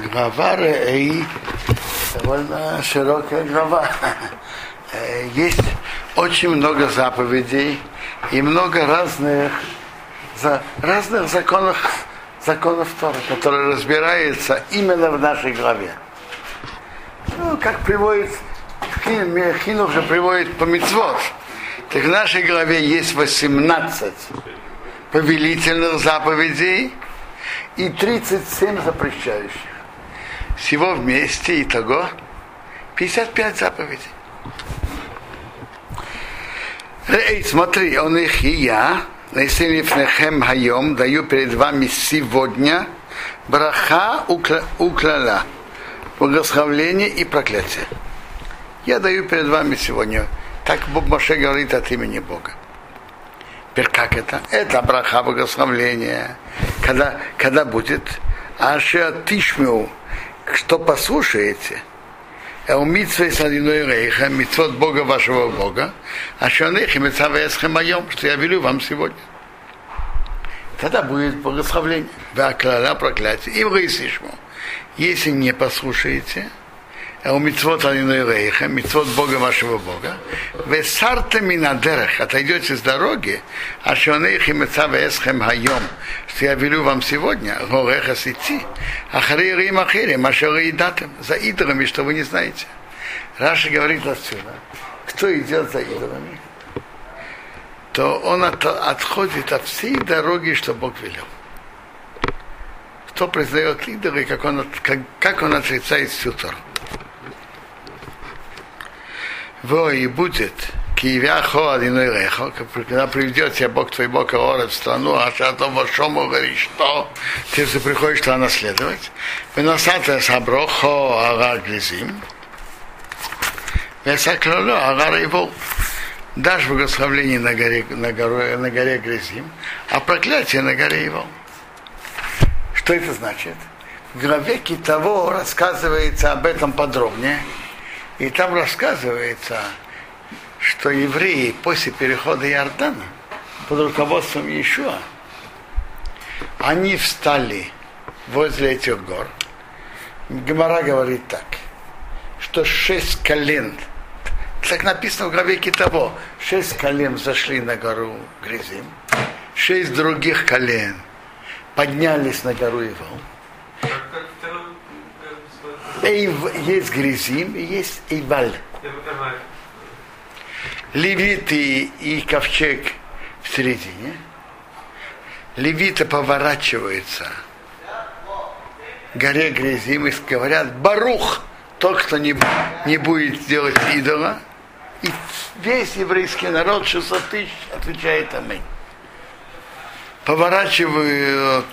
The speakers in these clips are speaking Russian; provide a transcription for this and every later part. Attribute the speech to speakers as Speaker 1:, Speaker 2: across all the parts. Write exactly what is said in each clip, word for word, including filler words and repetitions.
Speaker 1: Глава Рей довольно широкая глава. Есть очень много заповедей и много разных, за, разных законов, законов Торы, которые разбираются именно в нашей главе. Ну, как приводит, Хинух же приводит по мицвот. Так в нашей главе есть восемнадцать повелительных заповедей и тридцать семь запрещающих. Всего вместе итого пятьдесят пять заповедей. Эй, смотри, он их и я, Несилифнехем хайом, даю перед вами сегодня браха уклала, благословление и проклятие. Я даю перед вами сегодня, так Бог Моше говорит от имени Бога. Теперь как это? Это браха, благословление, когда, когда будет аша тишмю, что послушаете, митцвот Бога вашего Бога, а что я велю вам сегодня. Тогда будет благословление. Проклятие. И вы если не послушаете, митцвот митцвот Бога вашего Бога, вы сартами на дерах, отойдете с дороги, а что я велю вам сегодня, горехас идти, а хари махири, машары и датам, за идолами, что вы не знаете. Раша говорит отсюда, кто идет за идолами, то он от, отходит от всей дороги, что Бог велел. Кто признает идолы, как он, как, как он отрицает всю Тору. Во и будет, когда приведет тебя Бог твой Бог в страну, а то вашему говорит, что ты приходишь туда наследовать. Выносата саброхо агар гризим, весаклоло агар его. Дашь благословление на горе, на горе, на горе Гризим, а проклятие на горе его. Что это значит? В главе Китово рассказывается об этом подробнее. И там рассказывается, что евреи после перехода Иордана под руководством Иешуа, они встали возле этих гор. Гемара говорит так, что шесть колен, так написано в главе Китово, шесть колен зашли на гору Гризим, шесть других колен поднялись на гору Ивал. Есть Гризим и есть Иваль. Левиты и ковчег в середине. Левиты поворачиваются к горе Гризим и говорят: Барух, тот, кто не, не будет делать идола. И весь еврейский народ, шестьсот тысяч, отвечает аминь. Поворачивают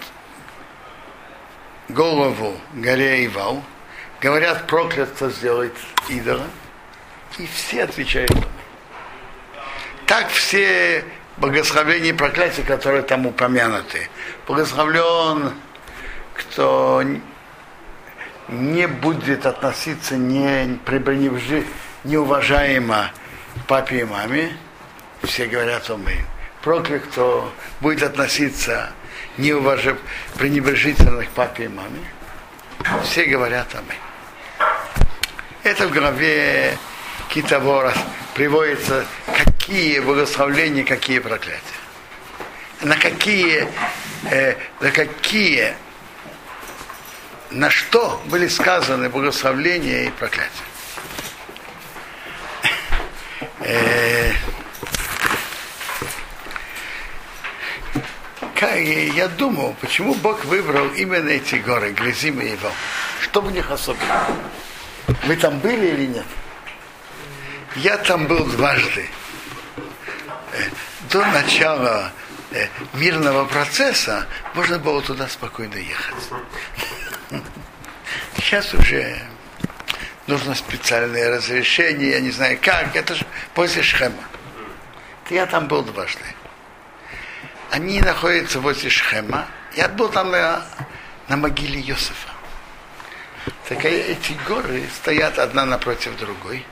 Speaker 1: голову к горе Ивал. Говорят, проклято сделать идола, и все отвечают аминь. Так все благословения и проклятия, которые там упомянуты. Благословлен, кто не будет относиться не пренебрежи, неуважаемо к папе и маме, все говорят аминь. Проклят, кто будет относиться неуважи, пренебрежительно к папе и маме, все говорят аминь. Это в главе Китово приводится, какие благословления, какие проклятия. На какие, э, на какие, на что были сказаны благословления и проклятия. Э, я думаю, почему Бог выбрал именно эти горы, Гризим и Ивал. Что в них особенно? Вы там были или нет? Я там был дважды. До начала мирного процесса можно было туда спокойно ехать. Сейчас уже нужно специальное разрешение, я не знаю как, это же после Шхема. Я там был дважды. Они находятся возле Шхема. Я был там на, на могиле Йосефа. Так эти горы стоят одна напротив другой.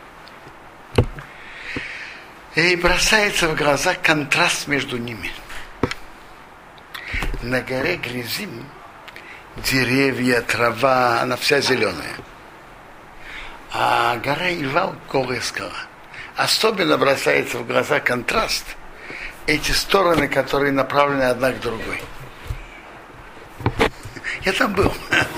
Speaker 1: И бросается в глаза контраст между ними. На горе Гризим деревья, трава, она вся зеленая. А гора Ивал — голая скала. Особенно бросается в глаза контраст. Эти стороны, которые направлены одна к другой. Я там был.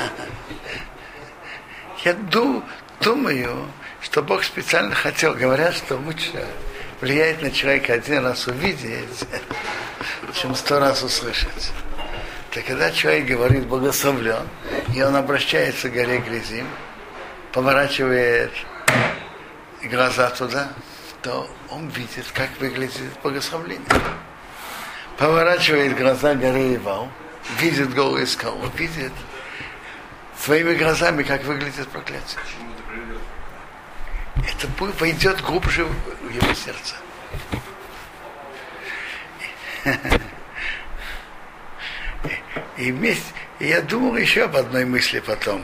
Speaker 1: Я думаю, что Бог специально хотел. Говорят, что лучше влияет на человека один раз увидеть, чем сто раз услышать. Так когда человек говорит «благословлен», и он обращается к горе Гризим, поворачивает глаза туда, то он видит, как выглядит благословление. Поворачивает глаза горы Ивал, видит голую скалу, видит своими глазами, как выглядит проклятие. Это войдет глубже в его сердце. И вместе, и я думал еще об одной мысли потом,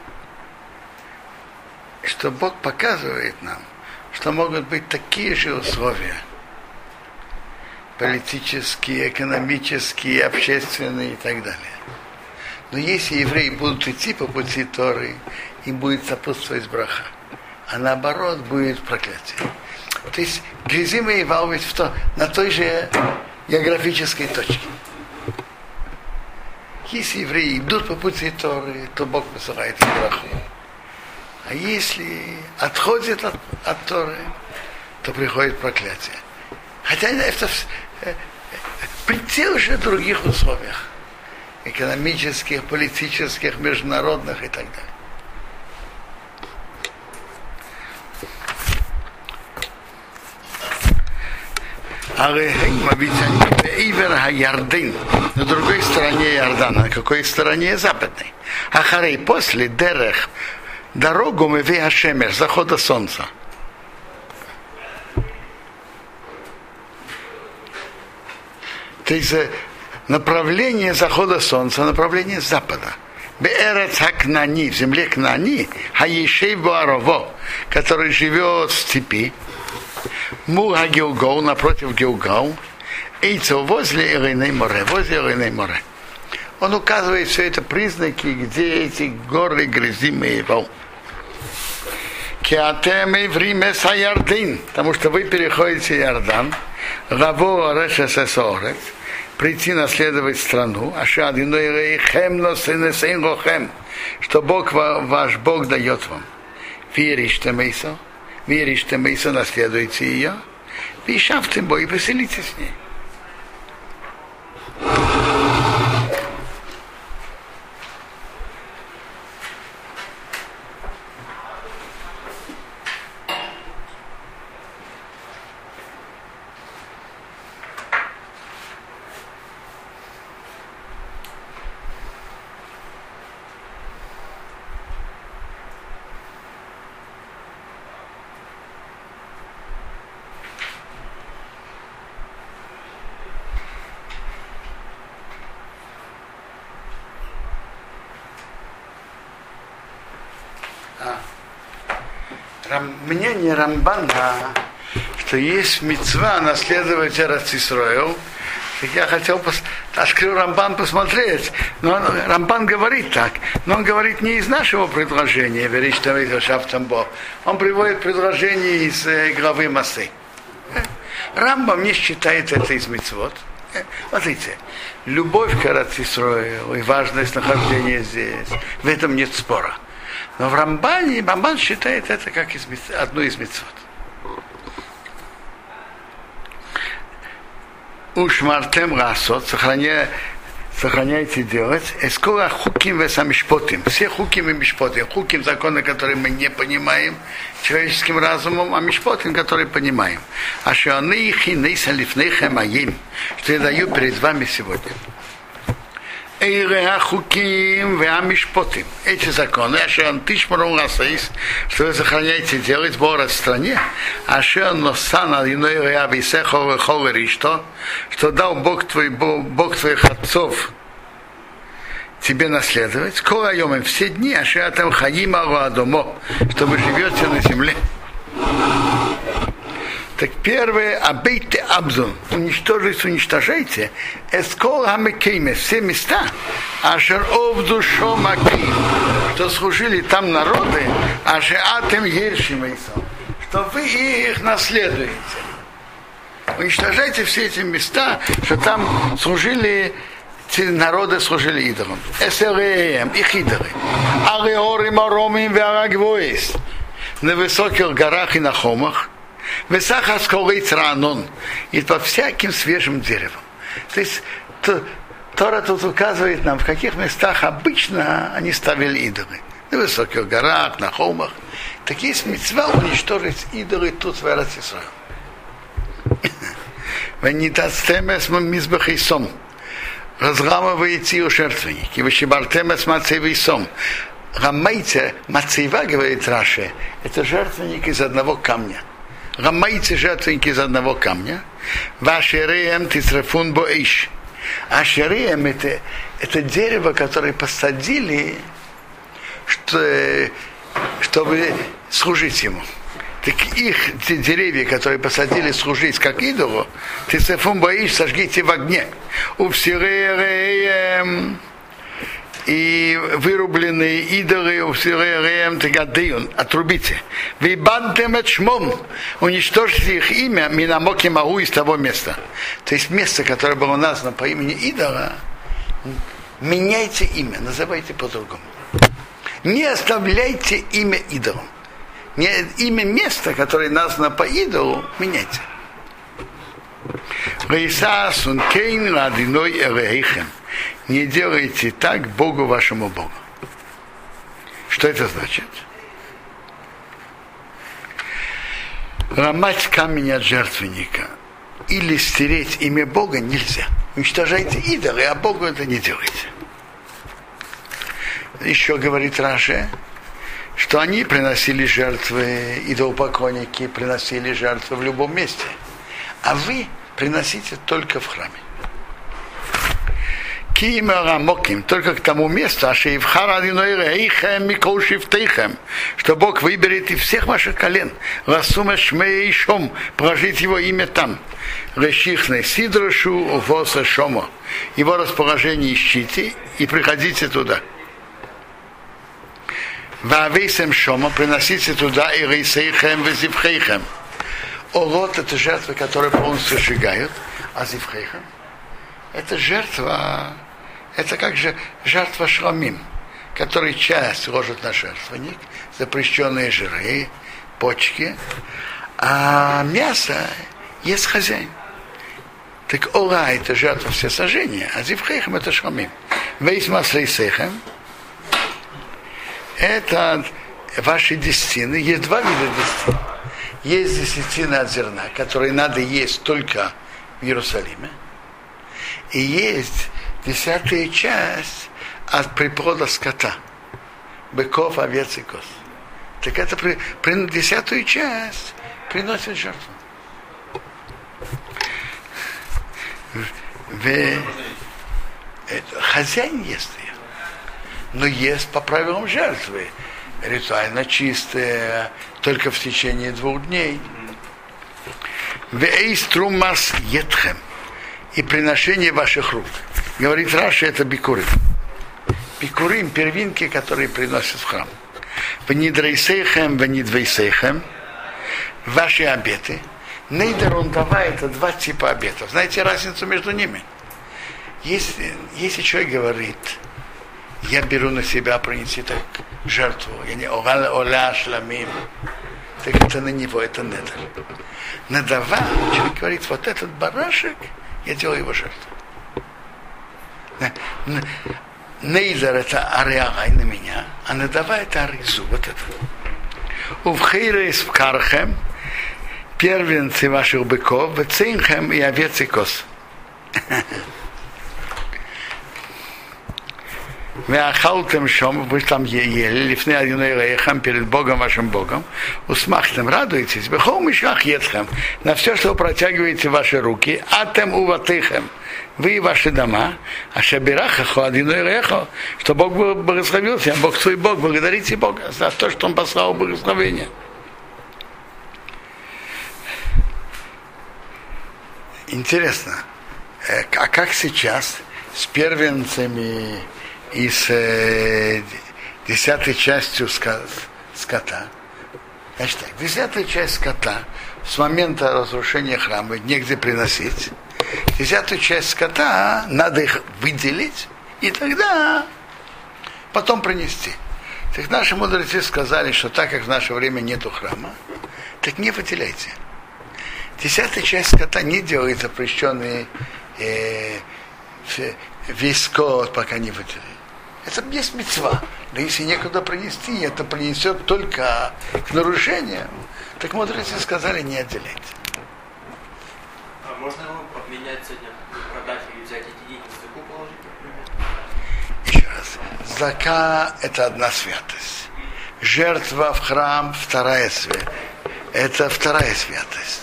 Speaker 1: что Бог показывает нам, что могут быть такие же условия, политические, экономические, общественные и так далее. Но если евреи будут идти по пути Торы, им будет сопутствовать браха, а наоборот будет проклятие. То есть Гризим и Ивал ведь в то, на той же географической точке. Если евреи идут по пути Торы, то Бог посылает им браху. А если отходит от, от Торы, то приходит проклятие. Хотя это при тех же других условиях. Экономических, политических, международных и так далее. На другой стороне Иордана, на какой стороне? Западной. Ахарей, после Дерех, дорогу мы Веашемер, захода солнца. То есть направление захода солнца, направление с запада. Беэрец Хакнани, в земле Кнани, Хаишей Буарово, который живет в степи, Муга Гилгол, напротив Гилгал, Эйцел возле Ириней море, возле Ириней море. Он указывает все это признаки, где эти горы Гризим и Ивал. Кеатем и время Саярдин, потому что вы переходите Иордан, Гаво Решесесорец, прийти наследовать страну, что Бог ваш Бог дает вам. Веришьте Мейсо, веришьте Мейсо, наследуйте ее, и шафтем бой, и поселитесь с ней. Мнение Рамбана, что есть мицва наследовать Эрец Исраэл. Я хотел, пос... открыл Рамбан посмотреть, но он, Рамбан говорит так, но он говорит не из нашего предложения, он приводит предложение из э, главы Массы. Рамбам не считает это из мицвот. Смотрите, любовь к Эрец Исраэл и важность нахождения здесь, в этом нет спора. Но в Рамбане Рамбан считает это как из, одну из мицвот. Ушмартем расот, сохраняйте делать. Эскола хуким весамишпотим. Все хуким и мишпотим. Хуким — законы, которые мы не понимаем человеческим разумом, а мишпотим, которые понимаем. А что они их и нейсалифнейхем аим, что я даю перед вами сегодня. Эти законы, что вы сохраняете делать в город стране, что дал Бог твой, Бог твоих отцов тебе наследовать, все дни, что вы живете на земле. Так первое, абейте абзун, уничтожить, уничтожайте, эскол хамекейме, все места, ашер овду шомаким, что служили там народы, аше атем ершимейсом, что вы их наследуете. Уничтожайте все эти места, что там служили, народы служили идолам. Эсэрэм, их идолы. Ареорим, аромим, веарагвоис. На высоких горах и на холмах. Высоко сколыц ранон. И по всяким свежим деревам. То есть Тора тут указывает нам, в каких местах обычно они ставили идолы. На высоких горах, на холмах. Так есть мицва уничтожить идолы тут в Эрец Исраэль. Венитастемес мизбах и сом. Разламываете у жертвенники. Вышибартемес мацева и сом. Рамайте, мацева, говорит Раши, это жертвенник из одного камня. Рамайте жертвенник из одного камня. Вашереем тисрафун боиш. А шереем это, это дерево, которое посадили, что, чтобы служить ему. Так их те деревья, которые посадили служить как идолу, ты сефум боишь, сожгите в огне. У всереем и вырубленные идолы, у всереем тегадеюн, отрубите. Вы бантем эт шмом, уничтожьте их имя, минамоки могу из того места. То есть место, которое было названо по имени идола, меняйте имя, называйте по-другому. Не оставляйте имя идолам. Не, имя места, которое названо по идолу, меняйте. Не делайте так Богу вашему Богу. Что это значит? Ломать камень от жертвенника или стереть имя Бога нельзя. Уничтожайте идолы, а Богу это не делайте. Еще говорит Раши, что они приносили жертвы, идолопоклонники приносили жертвы в любом месте. А вы приносите только в храме. Кимарамоким, только к тому месту, что Бог выберет из всех ваших колен. Расума шмеишом, прожить его имя там. Решихны сидрошу увоса шомо. Его расположение ищите и приходите туда. Вавейсем шома, приносите туда и рейсейхем, везивхейхем. Олот — это жертвы, которые полностью сжигают, а зивхейхем — это жертва, это как же жертва шламим, который часть ложит на жертвенник, запрещенные жиры, почки, а мясо ест хозяин. Так ола — это жертва всесожжения, а зивхейхем — это шламим. Вейсмас рейсейхем — это ваши десятины. Есть два вида десятин. Есть десятина от зерна, которые надо есть только в Иерусалиме. И есть десятая часть от приплода скота. Быков, овец и коз. Так это при, при, десятую часть приносит жертву. В, это, хозяин ест ее. Но ест по правилам жертвы. Ритуально чистые, только в течение двух дней. Вейструмас етхем. И приношение ваших рук. Говорит Раши, это бикурим. Бикурим, первинки, которые приносят в храм. Внидрейсейхем, внидвейсейхем. Ваши обеты. Нейдер он давай, это два типа обетов. Знаете разницу между ними? Если, если человек говорит, я беру на себя принести так жертву, я не оля шламим, так это на него, это недер. Надава, человек говорит, вот этот барашек, я делаю его жертву. Нейдер — это ареагай на меня, а надава — это аризу, вот это. Увхейрейс в кархем, первенцы ваших быков, вецинхем и овец и коз. Веахалтем шом, вы там ели, лифны одиной рейхам перед Богом вашим Богом, усмахтем, радуйтесь, бехом и шах едхем, на все, что вы протягиваете ваши руки, атем уватыхем, вы и ваши дома, а шабирахаху одиной рейхо, что Бог благословился, Бог свой Бог, благодарите Бога за то, что Он послал благословение. Интересно, а как сейчас с первенцами и с э, десятой частью скота? Значит так, десятая часть скота с момента разрушения храма негде приносить. Десятую часть скота надо их выделить и тогда потом принести. Так наши мудрецы сказали, что так как в наше время нету храма, так не выделяйте. Десятая часть скота не делает запрещенный э, весь скот, пока не выделили. Это есть мицва. Но если некуда принести, это принесет только к нарушениям. Так мудрецы сказали, не отделять.
Speaker 2: А можно его обменять сегодня, продать и взять эти деньги, в заку положить, например?
Speaker 1: Еще раз. Зака – это одна святость. Жертва в храм – вторая святость. Это вторая святость.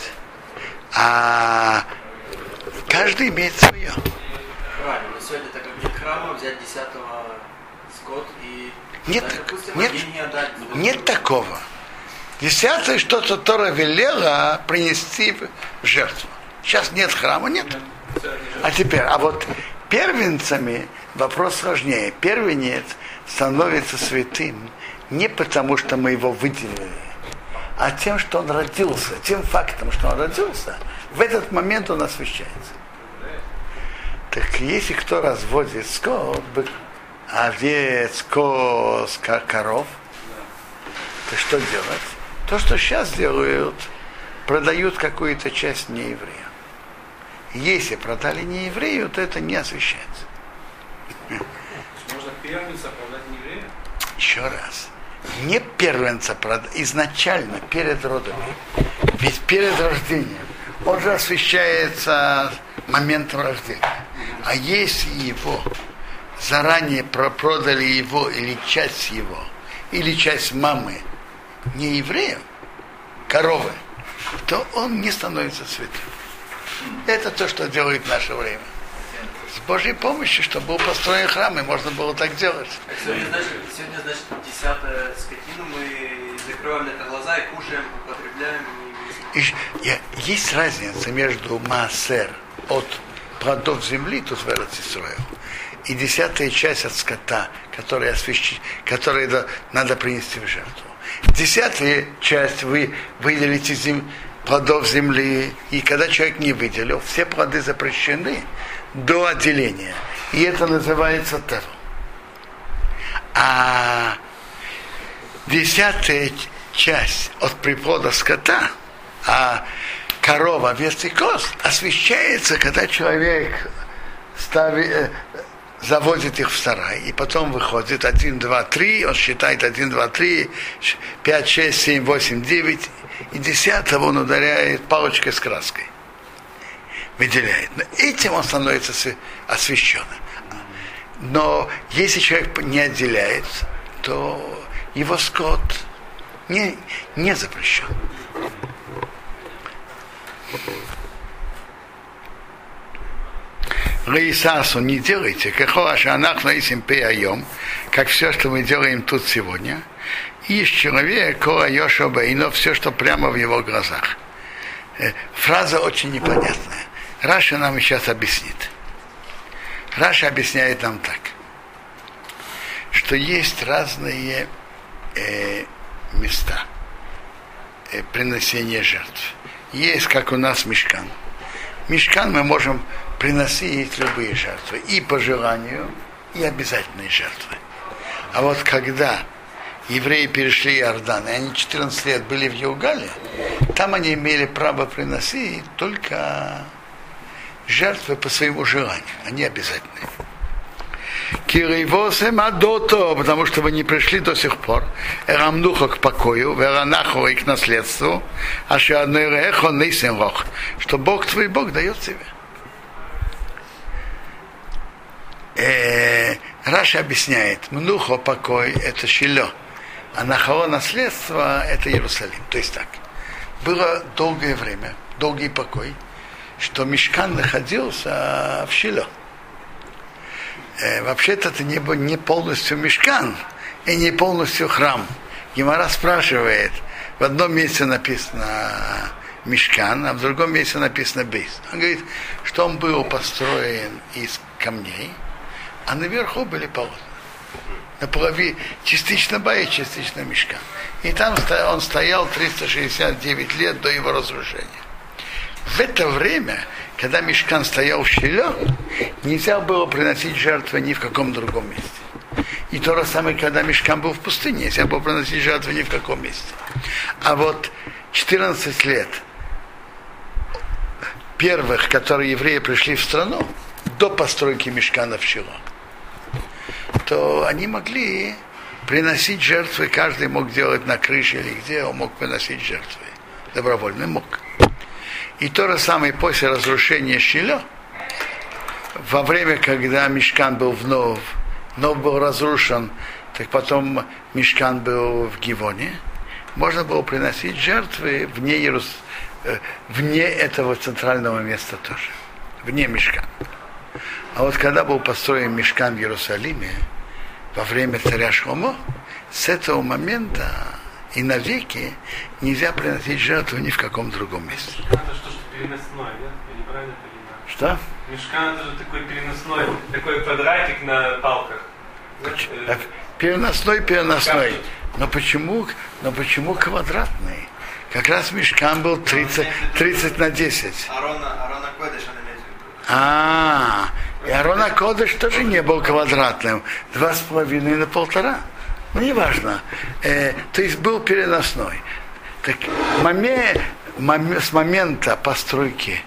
Speaker 1: А каждый имеет свое.
Speaker 2: Правильно, но сегодня, так как нет храма, взять десятого скот и
Speaker 1: нет,
Speaker 2: даже, допустим,
Speaker 1: нет,
Speaker 2: деньги отдать.
Speaker 1: Нет такого. Десятое что-то Тора велела принести в жертву. Сейчас нет храма, нет. А теперь, а вот первенцами вопрос сложнее. Первенец становится святым не потому, что мы его выделили, а тем, что он родился, тем фактом, что он родился, в этот момент он освящается. Так если кто разводит скот, овец, коз, коров, то что делать? То, что сейчас делают, продают какую-то часть неевреям. Если продали нееврею, то это не освящается.
Speaker 3: Можно первенца продать нееврею?
Speaker 1: Еще раз. Не первенца продать, изначально, перед родами. Ведь перед рождением он же освящается моментом рождения. А если его заранее продали его или часть его, или часть мамы не евреям, коровы, то он не становится святым. Это то, что делает наше время. С Божьей помощью, чтобы был построен храм, и можно было так делать.
Speaker 2: А сегодня, значит, сегодня, значит, десятая скотину мы закрываем на это глаза и кушаем, употребляем.
Speaker 1: И, есть разница между маасер от плодов земли, тут в Эрец-Исраэль, и десятая часть от скота, которая освящена, которую надо принести в жертву. Десятая часть вы выделите зем... плодов земли, и когда человек не выделил, все плоды запрещены до отделения. И это называется теф. А десятая часть от приплода скота, а корова, овец и коз освящается, когда человек ставит, заводит их в сарай, и потом выходит один, два, три, он считает один, два, три, пять, шесть, семь, восемь, девять, и десятого он ударяет палочкой с краской. Выделяет. Но этим он становится освященным. Но если человек не отделяет, то его скот не, не запрещен. Раисасу не делайте, как все, что мы делаем тут сегодня, и человек, но все, что прямо в его глазах. Фраза очень непонятная. Раша нам сейчас объяснит. Раша объясняет нам так, что есть разные э, места э, принесения жертв. Есть, как у нас, мишкан. Мишкан мы можем приносить любые жертвы, и по желанию, и обязательные жертвы. А вот когда евреи перешли Иордан, и они четырнадцать лет были в Гилгале, там они имели право приносить только жертвы по своему желанию, они обязательные. Кирейвосем адото, потому что вы не пришли до сих пор, эрамнуха к покою, веранаху и к наследству, а шеаднейрехо нейсенрох, что Бог твой Бог дает тебе. Э, Раша объясняет, мнухо покой это Шило, а нахало наследство это Иерусалим. То есть так, было долгое время, долгий покой, что Мишкан находился в Шило. Э, вообще-то это не был не полностью Мишкан и не полностью храм. Гемара спрашивает, в одном месте написано мишкан, а в другом месте написано бейс. Он говорит, что он был построен из камней, а наверху были полотна. На половине частично бай, частично мишкан. И там он стоял триста шестьдесят девять лет до его разрушения. В это время, когда мишкан стоял в Шило, нельзя было приносить жертвы ни в каком другом месте. И то же самое, когда мишкан был в пустыне, нельзя было приносить жертвы ни в каком месте. А вот четырнадцать лет первых, которые евреи пришли в страну, до постройки мишкана в Шило, то они могли приносить жертвы, каждый мог делать на крыше или где, он мог приносить жертвы. Добровольно мог. И то же самое после разрушения Шило, во время, когда мишкан был вновь, вновь был разрушен, так потом мишкан был в Гивоне, можно было приносить жертвы вне, Иерус... вне этого центрального места тоже, вне мишкана. А вот когда был построен мишкан в Иерусалиме, во время царя Шломо, с этого момента и навеки нельзя приносить жертву ни в каком другом месте.
Speaker 3: Мишкан это что-то переносное, нет? Я неправильно понимаю.
Speaker 1: Что?
Speaker 3: Мишкан это же такой переносной, такой квадратик на палках.
Speaker 1: Нет? Переносной, переносной. Но почему, но почему квадратный? Как раз мишкан был тридцать, тридцать на десять.
Speaker 2: Арона, Арона Кодеш, он имеет в виду.
Speaker 1: А, и Арона Кодеш тоже не был квадратным. Два с половиной на полтора. Ну, неважно. Э, то есть был переносной. Так, моме, моме, с момента постройки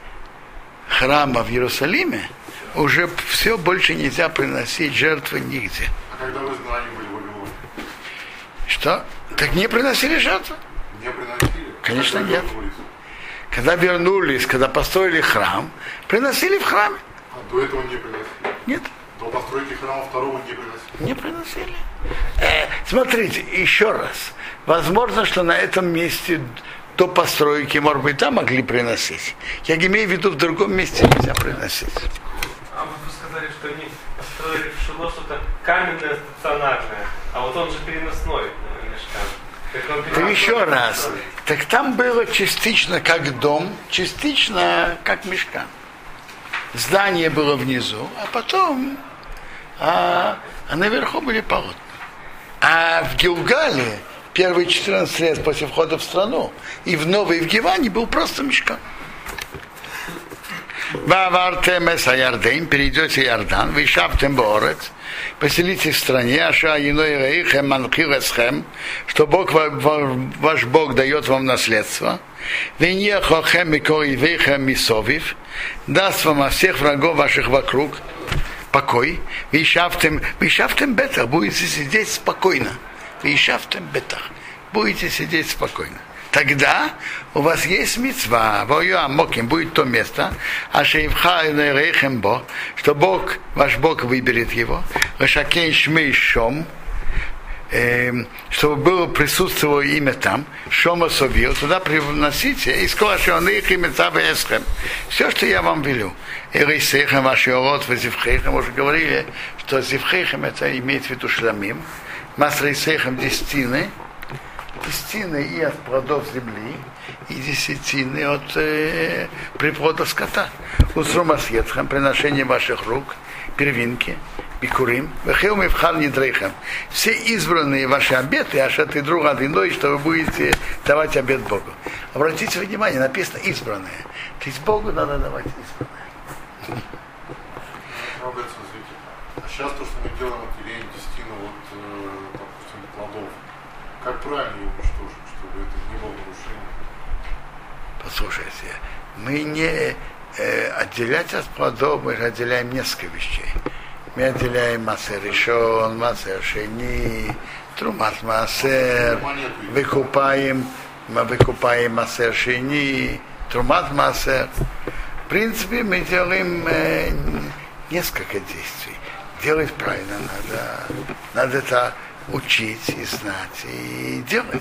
Speaker 1: храма в Иерусалиме уже все больше нельзя приносить жертвы нигде.
Speaker 4: А когда вы изгнание были в Вавилоне?
Speaker 1: Что? Так не приносили жертвы?
Speaker 4: Не приносили?
Speaker 1: Конечно,
Speaker 4: когда
Speaker 1: нет.
Speaker 4: Вернулись?
Speaker 1: Когда вернулись, когда построили храм, приносили в храме.
Speaker 4: А до этого не приносили?
Speaker 1: Нет.
Speaker 4: До постройки храма второго не приносили?
Speaker 1: Не приносили. Э, смотрите, еще раз. Возможно, что на этом месте до постройки, может быть, там могли приносить. Я имею в виду, в другом месте нельзя приносить.
Speaker 3: А вы сказали, что они построили в Шило что-то каменное, стационарное, а вот он же переносной мишкан.
Speaker 1: Так еще раз. Так там было частично как дом, частично как мишкан. Здание было внизу, а потом а, а наверху были полотна. А в Гилгале первые четырнадцать лет после входа в страну и в Новой, и в Гиване был просто мишкан. Вавартемес Аярден, перейдете Иордан, вы шаптем борец, поселитесь в стране, аша иной рейхем манкилесхем, что Бог, ваш Бог дает вам наследство, веньехохем и коивейхем мисовив, даст вам от всех врагов ваших вокруг покой, вы шаптем, вы шаптем бетах, будете сидеть спокойно, вы шаптем бетах, будете сидеть спокойно. Тогда у вас есть мицва, воюамоким будет то место, а шейвхайный рейхембо, что Бог, ваш Бог выберет его, рашакен шмей шом, чтобы было присутствовало имя там, шома совил, туда приносите, и сказал, что он их имя эсхем. Все, что я вам велю. Эрейсехем, ваши ород, вазивхейхем, уже говорили, что зивхейхем это имеет в виду шламим, масрейсехем десятины, десятины и от плодов земли, и десятины от э, приплода скота. Усрумасьетхам, приношение ваших рук, первинки, бикурим, вехеум и вхан недрейхам. Все избранные ваши обеты, аж от и друг от иной, что вы будете давать обет Богу. Обратите внимание, написано избранные. То есть Богу надо давать избранные.
Speaker 4: А сейчас то, что мы делаем от елея десятину, вот, э, допустим, плодов, как правильно его уничтожить, чтобы это не было нарушением?
Speaker 1: Послушайте, мы не э, отделять от плодов, мы отделяем несколько вещей. Мы отделяем массер решон, массер шени, трумат массер, выкупаем, мы выкупаем массер шени, трумат массер. В принципе, мы делаем э, несколько действий. Делать правильно надо, надо это учить и знать, и делать.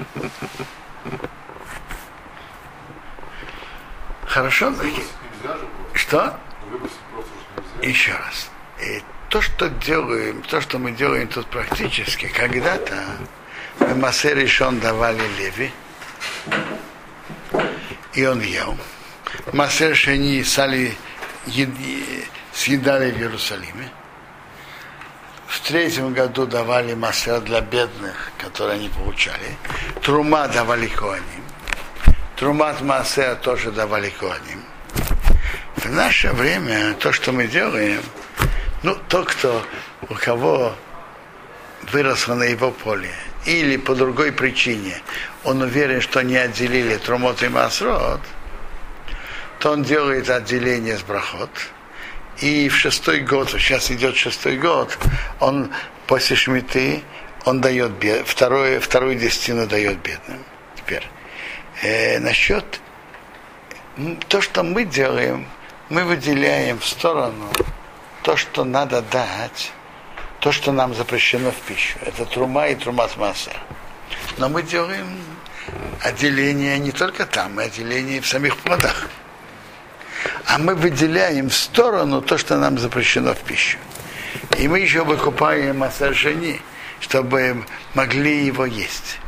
Speaker 1: Хорошо? Что? Еще раз. И то, что делаем, то, что мы делаем тут практически, когда-то мы массер решон давали Леви, и он ел. Маасер Шени стали съедали в Иерусалиме. В третьем году давали маасер для бедных, которые они получали. Трума давали коаним. Трумат маасер тоже давали коаним. В наше время то, что мы делаем, ну, тот, кто, у кого выросло на его поле, или по другой причине, он уверен, что не отделили трумот и маасрот, то он делает отделение с брахот. И в шестой год, сейчас идет шестой год, он после шмиты, он дает бед, вторую, вторую десятину дает бедным. Теперь, э, насчет то, что мы делаем, мы выделяем в сторону то, что надо дать, то, что нам запрещено в пищу. Это трума и трумат маасер. Но мы делаем отделение не только там, мы отделение в самих плодах. А мы выделяем в сторону то, что нам запрещено в пищу. И мы еще выкупаем маасер шени, чтобы могли его есть.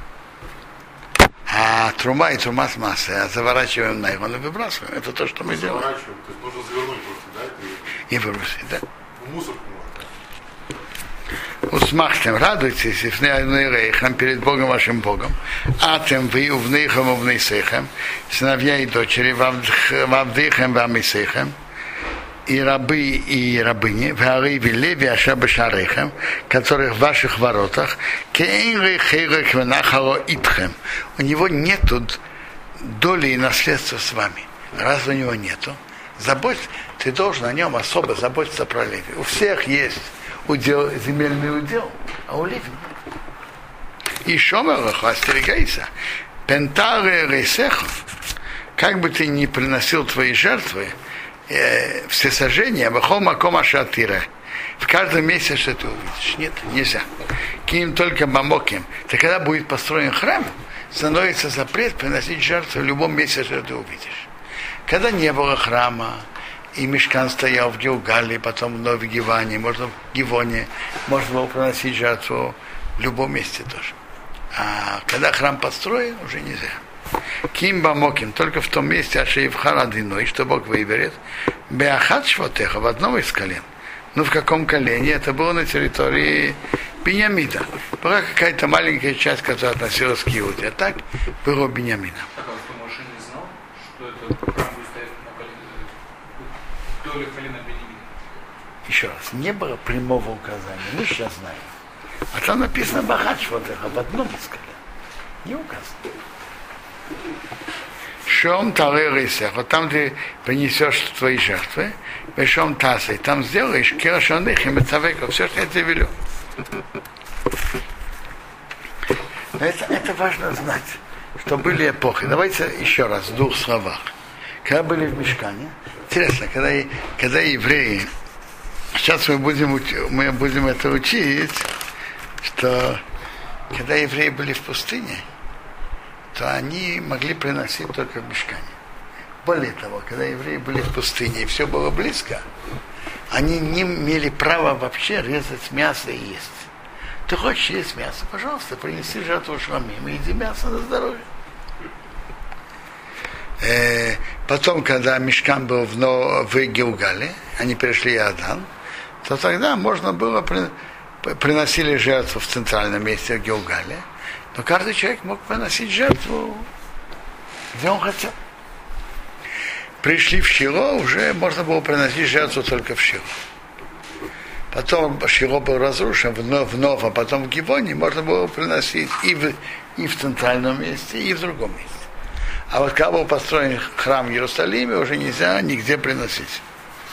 Speaker 1: А трума и трумат маасер заворачиваем на его и выбрасываем. Это то, что мы делаем.
Speaker 4: Заворачиваем, то есть нужно завернуть просто, да? Это...
Speaker 1: И выбросить, да.
Speaker 4: В мусорку можно.
Speaker 1: Усмахтем, радуйтесь, и рейхам перед Богом вашим Богом. Атем вы увнейхам увнейсейхам, сыновья и дочери, вавдейхам вамисейхам, и рабы и рабыни, вары и леви ашабашарейхам, которых в ваших воротах, кейнрей хейрек венахаро итхем. У него нету доли и наследства с вами. Раз у него нету, заботь, ты должен о нем особо заботиться про леви. У всех есть удел, земельный удел, а у леви нет. И шомерлаху, остерегайся, пентары рейсехов, как бы ты ни приносил твои жертвы, э, все сожжения, бахол макома шатира, в каждом месте, что ты увидишь. Нет, нельзя. Ким только бамоким. То когда будет построен храм, становится запрет приносить жертвы в любом месте, что ты увидишь. Когда не было храма, и мишкан стоял в Гилгале, потом вновь в Гиване, можно в Гивоне, можно было приносить жертву в любом месте тоже. А когда храм построен, уже нельзя. Ким бамоким, только в том месте, ашеевхар адиной, что Бог выберет, беахат швотеха, в одном из колен. Ну, в каком колене? Это было на территории Биньямина. Была какая-то маленькая часть, которая относилась к Иуде. А так было Биньямина.
Speaker 5: Так, а что Моше не знал, что это храм будет стоять на колене, доля колена Биньямина?
Speaker 1: Еще раз, не было прямого указания. Мы сейчас знаем. А там написано бахат швотеха, в одном из колен. Не указано. Шом талэ рейсех, вот там ты принесешь твои жертвы, шом тасой, там сделаешь кирашоных и мецавеков, все, что я тебе велю. Это, это важно знать, что были эпохи. Давайте еще раз в двух словах. Когда были в Мишкане, интересно, когда, когда евреи, сейчас мы будем, мы будем это учить, что когда евреи были в пустыне, то они могли приносить только в Мишкане. Более того, когда евреи были в пустыне и все было близко, они не имели права вообще резать мясо и есть. Ты хочешь есть мясо? Пожалуйста, принеси жертву шламим и иди мясо на здоровье. Э, потом, когда Мишкан был в, в Гилгале, они перешли Иордан, то тогда можно было при, приносили жертву в центральном месте в Гилгале. Но каждый человек мог приносить жертву, где он хотел. Пришли в Шило, уже можно было приносить жертву только в Шило. Потом Шило был разрушен вновь, вновь, а потом в Гивоне можно было приносить и в, и в центральном месте, и в другом месте. А вот когда был построен храм в Иерусалиме, уже нельзя нигде приносить.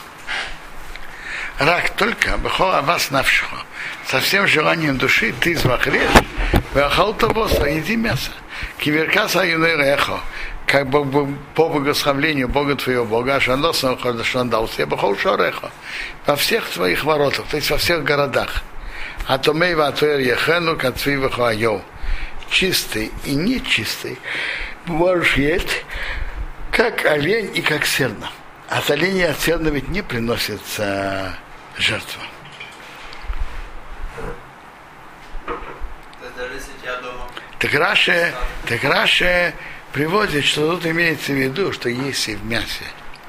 Speaker 1: Рак только, бахола вас навшихо, со всем желанием души ты звахрешь, выахал того, еди мясо. Киверка саюны рехо, как бы по благословению Бога твоего Бога, шандосан ходашан дал себе бахол шорехо, во всех твоих воротах, то есть во всех городах. А то мей ватуэр ехену кацвиваху айоу, чистый и нечистый, можешь есть, как олень и как серна. От оленя и от серна ведь не приносится жертва.
Speaker 2: Даже если я дома.
Speaker 1: Так Раши, так Раши приводит, что тут имеется в виду, что если в мясе,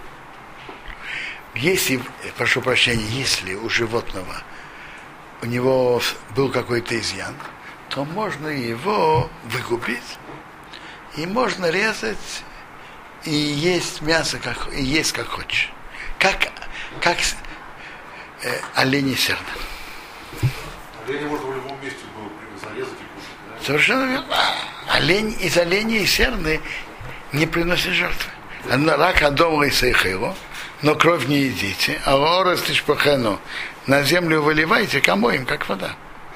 Speaker 1: если, прошу прощения, если у животного у него был какой-то изъян, то можно его выкупить, и можно резать и есть мясо, как, и есть как хочешь. Как, как э, олени серны.
Speaker 4: Олени можно в любом месте было зарезать и кушать, да?
Speaker 1: Совершенно верно. Олень, из оленей и серны не приносят жертвы. Рак адома и сейхило, но кровь не едите, а орос тишпахену на землю выливайте, кому им, как вода.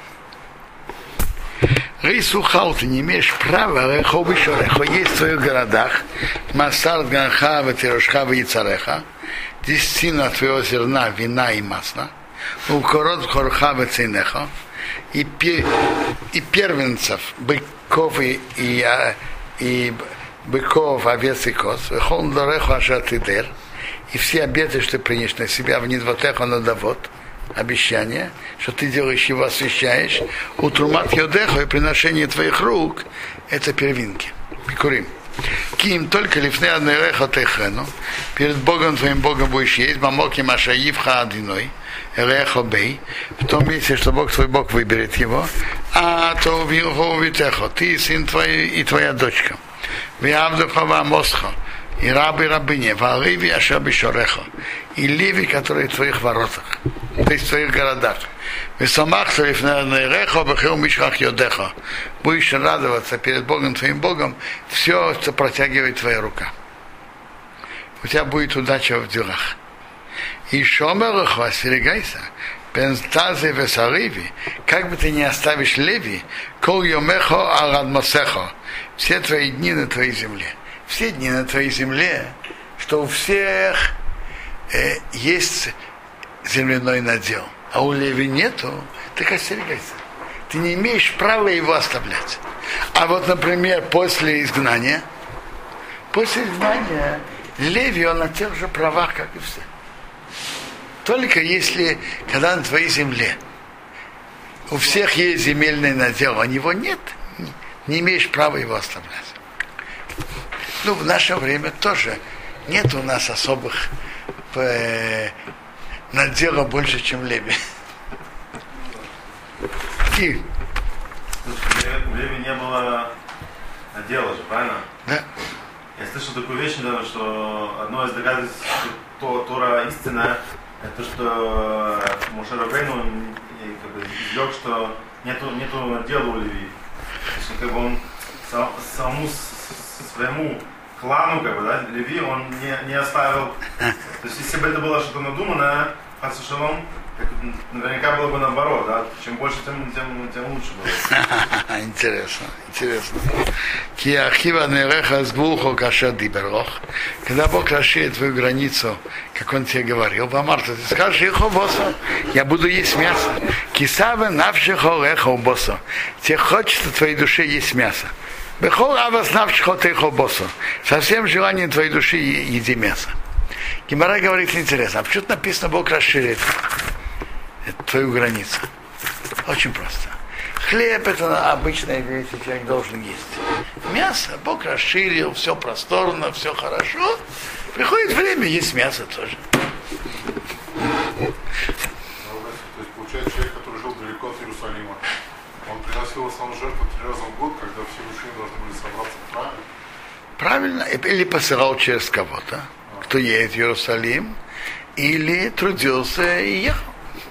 Speaker 1: Рейсухал, ты не имеешь права, рехо бишорехо, есть в твоих городах, масар ганха, ватирошха, ваицареха, десятина твоего зерна, вина и масла, укорот хорха, вацинеха, и, и первенцев, быков и, и, и быков, овец и коз, вехон дорехо ашатидер, и все обеты, что ты принес на себя, в нидвотехо надавот, обещание, что ты делаешь его, освящаешь, у трумат йодехо и приношение твоих рук, это первинки. Пикурим. Ким только лифны аднерехо техену, перед Богом твоим Богом будешь есть, мамоки машаивха одиной, эрехо бей, в том месте, что Бог твой Бог выберет его, а то витехо, ты сын твой и твоя дочка. Виавдухо вамосхо, и рабы и рабыни, валиви ашаби шорехо, и ливи, которые в твоих воротах, то есть в твоих городах. Будешь радоваться перед Богом твоим Богом, все, что протягивает твоя рука. У тебя будет удача в делах. И шомераху, остерегайся, пенстазе весариви, как бы ты не оставишь леви, кол йомехо арадмосехо, все твои дни на твоей земле. Все дни на твоей земле, что у всех э, есть земляной надел, а у леви нету, так остерегайся. Ты не имеешь права его оставлять. А вот, например, после изгнания, после изгнания леви, он на тех же правах, как и все. Только если, когда на твоей земле у всех есть земельный надел, а у него нет, не имеешь права его оставлять. Ну, в наше время тоже нет у нас особых э, надела больше, чем леви. И...
Speaker 6: У леви не было надела же, правильно?
Speaker 1: Да.
Speaker 6: Я слышал такую вещь недавно, что одно из доказательств, что Тора истинная, это что Моше Рабейну как бы излег, что нету, нету надела у леви. То есть как бы он сам, самому своему клану, как бы, да, леви, он не, не оставил. То есть если бы это было что-то надуманное, хас вешалом, наверняка было бы наоборот, да? Чем больше, тем, тем, тем лучше было.
Speaker 1: Интересно, интересно. Киахива нереха с глухо каша диберох. Когда Бог расширит твою границу, как Он тебе говорил, Бамарта, ты скажешь, ихо босо, я буду есть мясо. Кисава навшихо рехо босо. Тебе хочется твоей душе есть мясо. Бехол авас навшихо техо босо. Со всем желанием твоей души еди мясо. Гемара говорит интересно, а почему написано, Бог расширит твою границу? Очень просто. Хлеб — это обычная вещь, человек должен есть. Мясо Бог расширил, все просторно, все хорошо. Приходит время, есть мясо тоже.
Speaker 4: То есть, получается, человек, который жил далеко от Иерусалима, он приносил основную жертву три раза в год, когда все мужчины должны были собраться в храме.
Speaker 1: Правильно. Или посылал через кого-то, кто едет в Иерусалим, или трудился и ехал.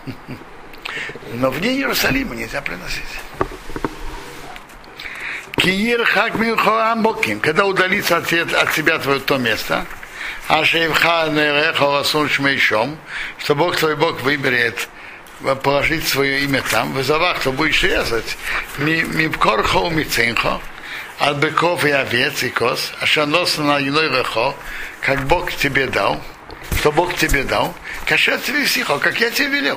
Speaker 1: Но вне Иерусалима нельзя приносить. Киир хак милхоам боким, когда удалится от, от себя твое то место, а шейвха нерехо ласун шмейшом, что Бог твой Бог выберет положить свое имя там, в завах, то будешь резать, мипкорхо мицинхо, от быков и овец и коз, а шаноса на иной рехо, как Бог тебе дал, что Бог тебе дал, кашет висихо, как я тебе велел.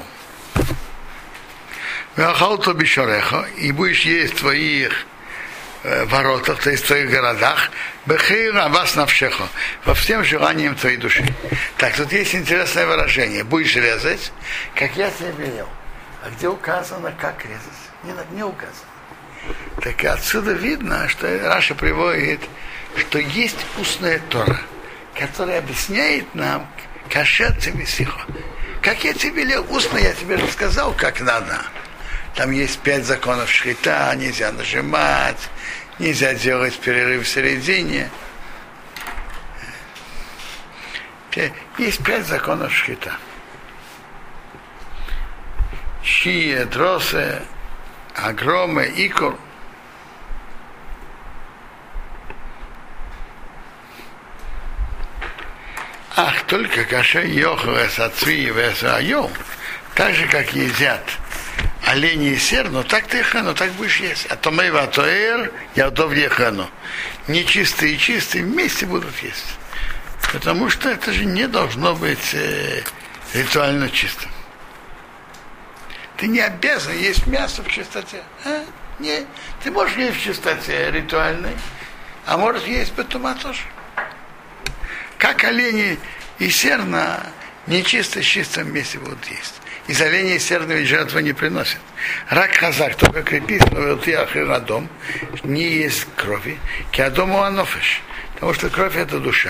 Speaker 1: И будешь есть в твоих э, воротах, то есть в твоих городах, бехейра вас навшехо, во всем желаниям твоей души. Так, тут есть интересное выражение. Будешь резать, как я тебе велел. А где указано, как резать? Не, не указано. Так отсюда видно, что Раша приводит что есть устная Тора, которая объясняет нам кашер цивисихо. Как я тебе велел устно, я тебе рассказал, как надо. Там есть пять законов шхита, нельзя нажимать, нельзя делать перерыв в середине. Есть пять законов шхита. Шия, дросы, агромы, икор. Ах, только кашер йохарес ацви весайом, так же, как едят олени и серну, так ты хану, так будешь есть. А то мейва тоэр, я дов ехану. Нечистые и чистые вместе будут есть. Потому что это же не должно быть э, ритуально чистым. Ты не обязан есть мясо в чистоте. А? Не. Ты можешь есть в чистоте ритуальной, а можешь есть бетума тоже. Как олени и серна нечисто в чистом месте будут есть. Из оленя и серна ведь жертвы не приносят. Рак хазак, только крепись, но вот я дом, не есть крови, киадому анофеш. Потому что кровь это душа.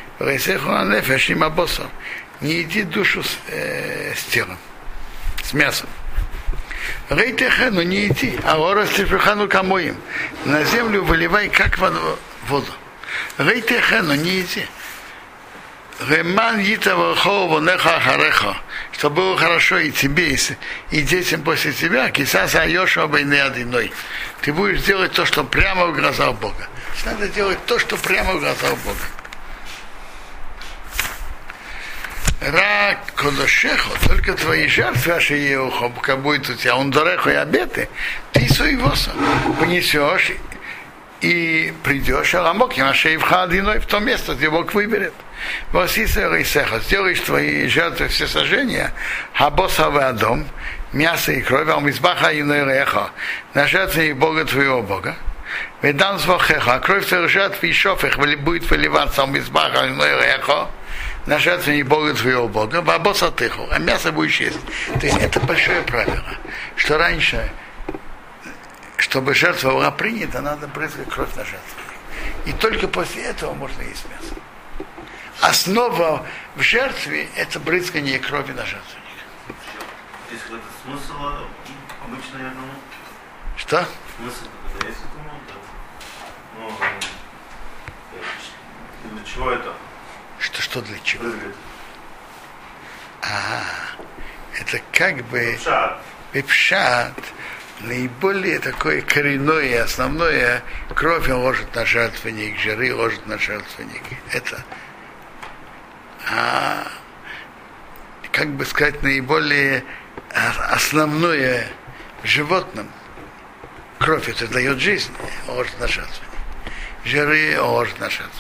Speaker 1: Не еди душу с, э, с телом, с мясом. Рейтехану не еди, а оростифехану камоим. На землю выливай как воду. Рейтехану не еди. Реман йитавахову неха хареха. Чтобы было хорошо и тебе, и, и детям после тебя, кисаса айоша обойны одиной. Ты будешь делать то, что прямо в глазах Бога. Надо делать то, что прямо в глазах Бога. Рак кодошехо, только твои жертвы, ваши еухо, пока будет у тебя ундорехо и обеты, ты своегоса понесешь и придешь, а ламок нашей входиной в то место, где Бог выберет. Восиса рейсеха, сделаешь твои жертвы все сожжения, хабосавый адом, мясо и кровь, а мизбаха иной рехо, на жертве Бога твоего Бога. Ведан звохеха, а кровь твоих жертв и шофех будет выливаться у мизбаха иной рехо, на жертве Бога твоего Бога, бабоса тыху, а мясо будешь есть. То есть это большое правило, что раньше, чтобы жертва была принята, надо брызгать кровь на жертву. И только после этого можно есть мясо. Основа в жертве – это брызгание крови на жертвенник.
Speaker 6: Есть какой-то смысл обычно, я думаю?
Speaker 1: Что?
Speaker 6: Смысл какой-то есть этому? Ну, для чего это?
Speaker 1: Что, что для чего?
Speaker 6: Брызгать.
Speaker 1: А, это как бы
Speaker 6: Пшат.
Speaker 1: пшат, наиболее такое коренное и основное, кровь он ложит на жертвенник, жиры ложит на жертвенник. Это, а, как бы сказать, наиболее основное в животном. Кровь это дает жизнь, он ложит на жертвенник. Жиры он ложит на жертвенник.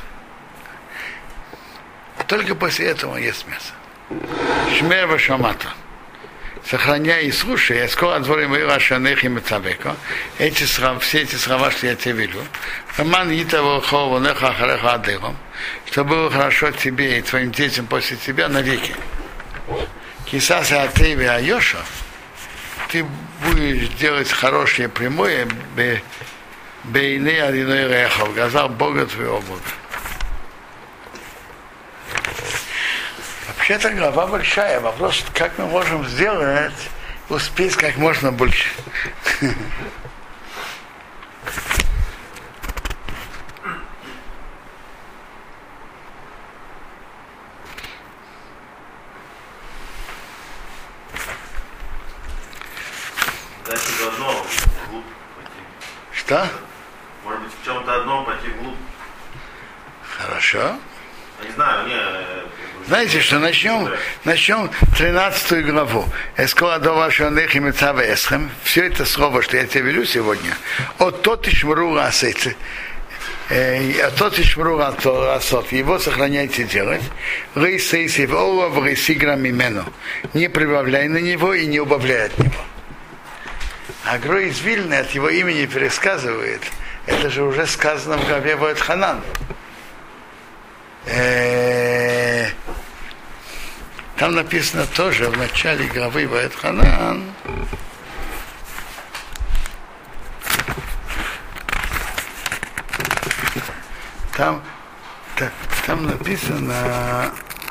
Speaker 1: Только после этого он ест мясо. Шмева шамата. Сохраняй и слушай, я скоро отворим и ваших и мецавеко. Эти слова, все эти слова, что я тебе велю. Роман Итава Хова Неха Хареха Адыром, чтобы было хорошо тебе и твоим детям после тебя навеки. Кисаса Атеви Айоша, ты будешь делать хорошее прямое бейны одиной реха, в глазах Бога твоего Бога. Вообще-то глава большая. Вопрос, как мы можем сделать, успеть как можно больше.
Speaker 6: Дальше в одно вглубь пойти.
Speaker 1: Что?
Speaker 6: Может быть, в чем-то одном пойти вглубь.
Speaker 1: Хорошо.
Speaker 6: Я не знаю, не...
Speaker 1: Знаете, что начнем, начнем тринадцатую главу. Эскола до вашего нехи мецава эсхем. Все это слово, что я тебе велю сегодня. От тот и шмру асет. От тот и шмру асот. Его сохраняйте делать. Рейсейсив олов рейсигра мимену. Не прибавляй на него и не убавляй от него. А Гро из Вильны от его имени пересказывает. Это же уже сказано в главе Ваэтханан. Там написано тоже в начале главы Ваэтханан. Там, та, там написано,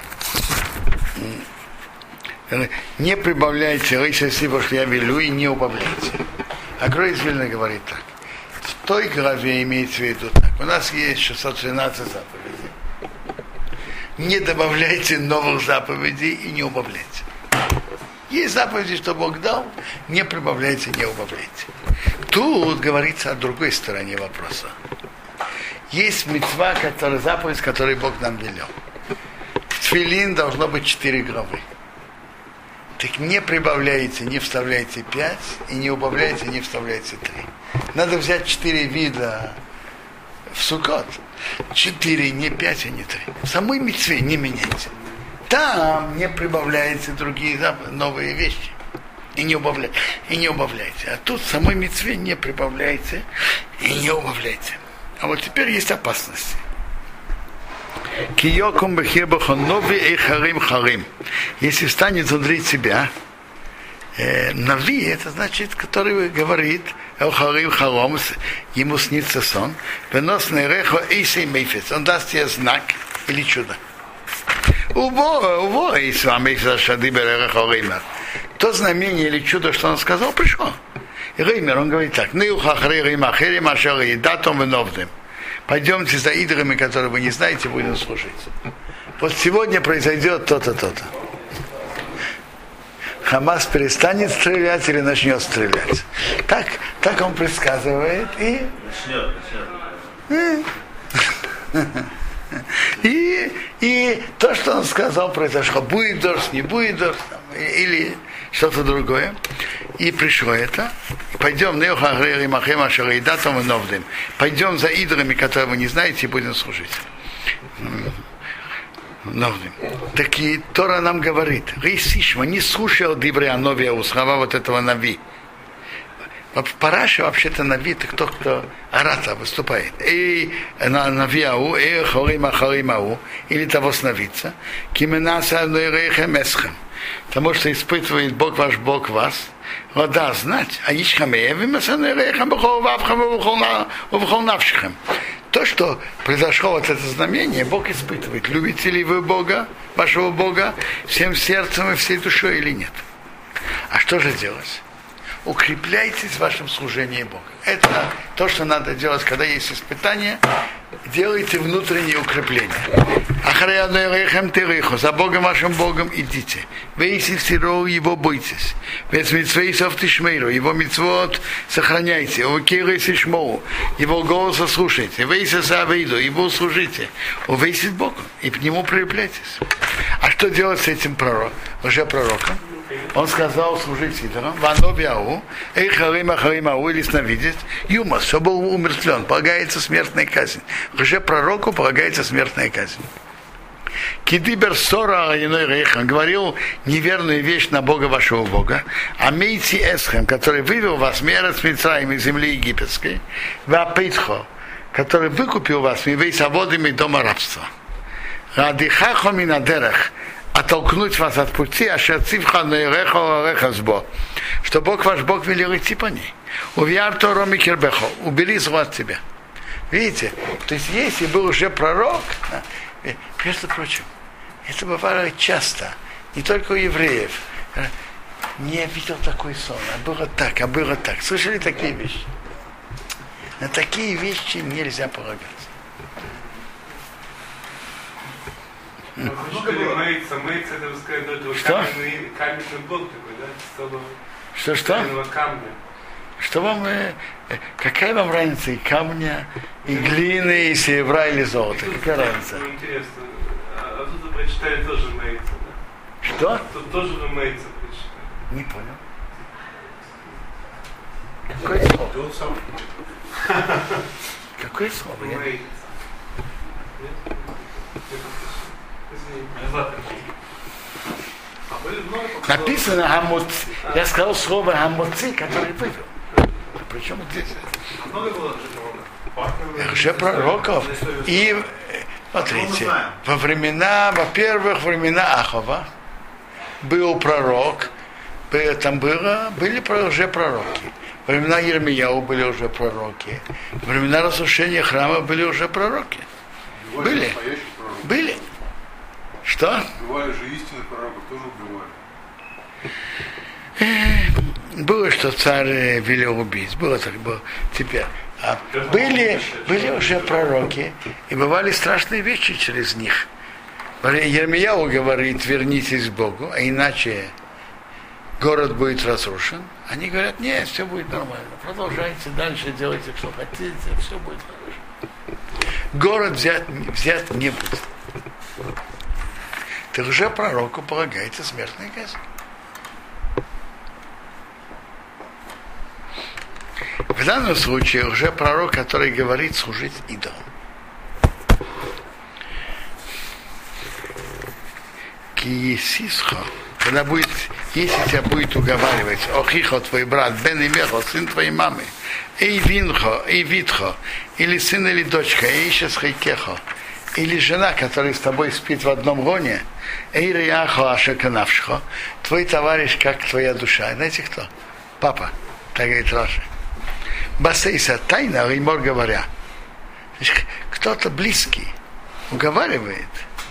Speaker 1: не прибавляйте рыси, что я велю, и не убавляйте. А Гройс Вильна говорит так. В той главе имеется в виду так. У нас есть шестьсот тринадцать заповедей. Не добавляйте новых заповедей и не убавляйте. Есть заповеди, что Бог дал, не прибавляйте, не убавляйте. Тут говорится о другой стороне вопроса. Есть мицва, которая, заповедь, которую Бог нам велел. В тфилин должно быть четыре главы. Так не прибавляйте, не вставляйте пять, и не убавляйте, не вставляйте три. Надо взять четыре вида в суккот. Четыре, не пять, а не три. В самой мицве не меняйте. Там не прибавляйте другие новые вещи. И не убавляйте. И не убавляйте. А тут в самой мицве не прибавляйте и не убавляйте. А вот теперь есть опасности. Киёком бехебахон нови и харим харим. Если встанет внутри тебя, э, нави, это значит, который говорит, эл харим харом, ему снится сон, венос нерехо эйсей мейфец, он даст тебе знак или чудо. Убо, убо, эйсей мейфец, шады беререха реймер. То знамение или чудо, что он сказал, пришло. И Реймер, он говорит так, нюхахрей реймахери машары, датом веновдем. Пойдемте за идрами, которые вы не знаете, будем служить. Вот сегодня произойдет то-то, то-то. Хамас перестанет стрелять или начнет стрелять. Так, так он предсказывает и... Начнет, начнет. И, и то, что он сказал, произошло. Будет дождь, не будет дождь, или что-то другое. И пришло это. Пойдем, пойдем за идрами, которые вы не знаете, и будем служить. Такие Тора нам говорит, Рейсишма не слушал Диврея Новия у слова вот этого Нави. В Параше вообще-то Нави это кто, кто ората выступает. И на Навиау, и Харима Харимау, или того сновидца, Кименаса Нойрехем Эсхем. Потому что испытывает Бог ваш Бог вас, вода знать, а Ишхамеевим Эсхем Бухол Вавхам Бухол Навшихем. То, что произошло вот это знамение, Бог испытывает, любите ли вы Бога, вашего Бога, всем сердцем и всей душой или нет. А что же делать? Укрепляйтесь в вашем служении Богу. Это то, что надо делать, когда есть испытания. Делайте внутреннее укрепление. За Богом вашим Богом идите. Его бойтесь. Его мицвот сохраняйте. Его голос слушайте. Его служите. Увесит Богу. И к нему прилепляйтесь. А что делать с этим пророком? Уже пророком? Он сказал служить Сидором, Вановиау, Эйхарима Харимау, или сновидец, Юмас, что был умертвлен, полагается смертная казнь. Уже пророку полагается смертная казнь. Кидибер Сора Иной Рейхан говорил неверную вещь на Бога вашего Бога, а Мейти Эсхем, который вывел вас мерец Мицраим из земли египетской, Вапейтхо, который выкупил вас весь заводами дома рабства. Радихахо Минадерах, оттолкнуть вас от пути, а шерцивха нейрехо рехазбо, что Бог ваш Бог велел идти по ней. Увяр Тором и Кирбехо, убери зло от тебя. Видите, то есть если был уже пророк, между прочим, это бывало часто, не только у евреев. Не видел такой сон, а было так, а было так. Слышали такие вещи? На такие вещи нельзя полагаться.
Speaker 3: Что мыться, мыться, это, сказать, это
Speaker 1: что?
Speaker 3: Каменный, каменный блок такой, да? Столов,
Speaker 1: что, что?
Speaker 3: Камня.
Speaker 1: Что вам, э, какая вам разница и камня, и глины, и серебра, или золота? Какая разница?
Speaker 3: Ну, интересно. А, а тут вы прочитали тоже мыться, да?
Speaker 1: Что?
Speaker 3: Тут тоже вы мыться прочитали.
Speaker 1: Не понял. Какое слово? Какое слово?
Speaker 3: Мыться.
Speaker 1: Написано гамоци. Я сказал слово гамоци, который вывел. Причем здесь? Же пророков. И смотрите, во времена, во-первых, времена Ахава был пророк, там было, были уже пророки. Во времена Ермияу были уже пророки. Во времена разрушения храма были уже пророки.
Speaker 4: Бывали
Speaker 1: Были?
Speaker 4: настоящих пророков.
Speaker 1: Были. Что?
Speaker 4: Бывали же истинных пророков, тоже убивали.
Speaker 1: Было, что царь велел убить. Было так, было. Теперь. А были, были уже пророки, и бывали страшные вещи через них. Ермияу говорит, вернитесь к Богу, а иначе город будет разрушен. Они говорят, нет, все будет нормально. Продолжайте дальше, делайте, что хотите, все будет хорошо. Город взят, взят не будет. Ты уже пророку полагается смертная казнь. В данном случае уже пророк, который говорит служить идолам. Киесисхо, когда будет, если тебя будет уговаривать, охихо, твой брат, бен имехо, сын твоей мамы, эй винхо, эй витхо, или сын или дочка, эй шесхайкехо, или жена, которая с тобой спит в одном гоне, эй риахо ашеканавшхо, твой товарищ, как твоя душа. Знаете кто? Папа, так говорит Раша. Басейса тайна, Римор говоря, кто-то близкий уговаривает.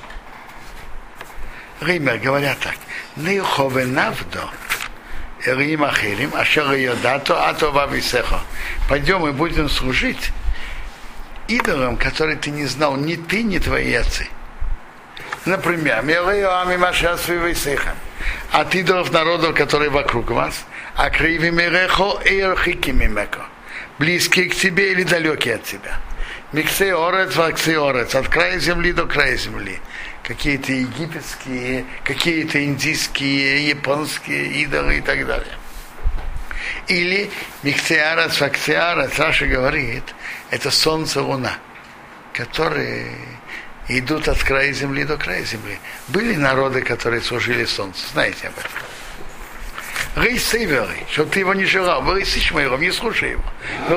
Speaker 1: Ример говоря так, Нейхове навдо, Рим Ахирим, Ашер Йодато, Атова Висехо. Пойдем и будем служить идолам, которые ты не знал, ни ты, ни твои отцы. Например, Мелеоами Машасви Висеха. От идолов народов, которые вокруг вас, а криви Мирехо и Архики Мимеко. Близкие к тебе или далекие от тебя. Миксей орец, ваксей орец, от края земли до края земли. Какие-то египетские, какие-то индийские, японские идолы и так далее. Или миксей орец, ваксей орец, Раша говорит, это солнце, луна, которые идут от края земли до края земли. Были народы, которые служили солнцу, знаете об этом. Рей северы, чтобы ты его не желал, вы его, не слушай его.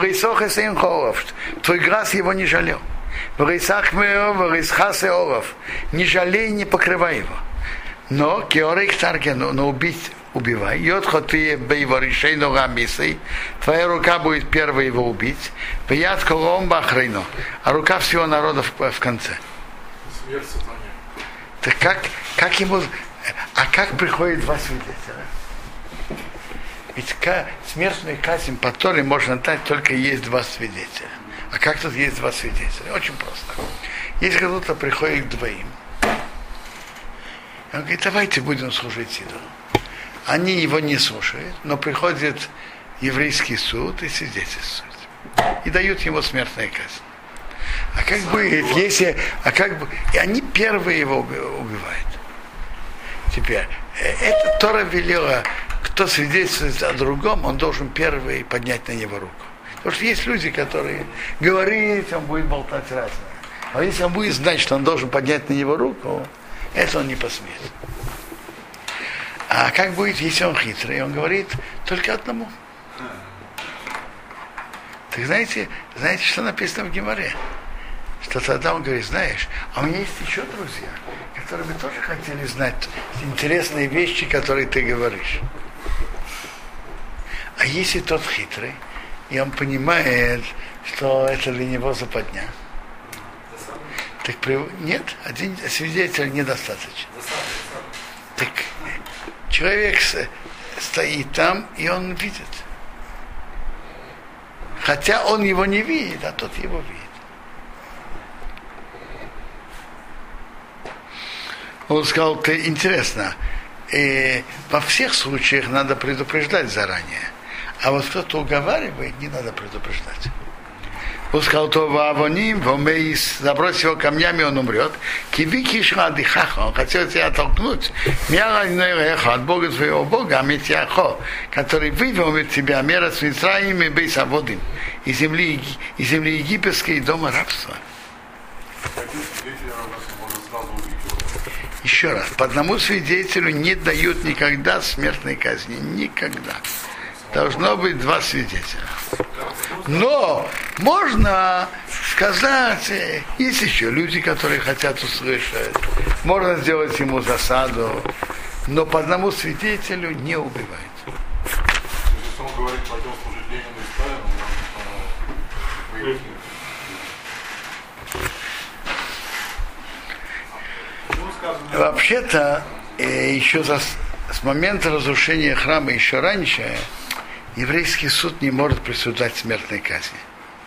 Speaker 1: Твой глаз его не жалел. Не жалей, не покрывай его. Но кеорик таргену, но убить убивай. Йодхо ты бейво решей нога мисей, твоя рука будет первой его убить. Вяд колом бахрейно, а рука всего народа в, в конце.
Speaker 4: Смерть сатане.
Speaker 1: Так как, как ему, а как приходит два свидетеля? Ведь смертную казнь по Торе можно дать, только есть два свидетеля. А как тут есть два свидетеля? Очень просто. Если кто-то приходит к двоим, он говорит, давайте будем служить идолу. Они его не слушают, но приходит еврейский суд и свидетельствует. И дают ему смертную казнь. А как будет, если... А как бы, и они первые его убивают. Теперь, это Тора велела, кто свидетельствует о другом, он должен первый поднять на него руку. Потому что есть люди, которые говорят, он будет болтать разное. А если он будет знать, что он должен поднять на него руку, это он не посмеет. А как будет, если он хитрый? Он говорит только одному. Так знаете, знаете, что написано в Гемаре? Что тогда он говорит, знаешь, а у меня есть еще друзья, которые бы тоже хотели знать интересные вещи, которые ты говоришь. А если тот хитрый, и он понимает, что это для него западня, так нет, один свидетель недостаточно. Так человек стоит там, и он видит. Хотя он его не видит, а тот его видит. Он сказал, ты интересно, и во всех случаях надо предупреждать заранее. А вот кто-то уговаривает, не надо предупреждать. Он сказал, то вавоним, вомейс, забрось его камнями, он умрет. Кивики шла дыхаха, он хотел тебя оттолкнуть. Мяла от Бога твоего Бога, Амитьяхо, который вывел тебя, мера с Мицраим и Бейсаводим, из земли, из земли египетской и дома рабства. Еще раз, по одному свидетелю не дают никогда смертной казни. Никогда. Должно быть два свидетеля. Но можно сказать, есть еще люди, которые хотят услышать. Можно сделать ему засаду, но по одному свидетелю не убивает.
Speaker 4: Если он говорит, пойдем служить Ленину и Сталину, можно
Speaker 1: Вообще-то, э, еще за, с момента разрушения храма, еще раньше, еврейский суд не может присуждать смертной казни.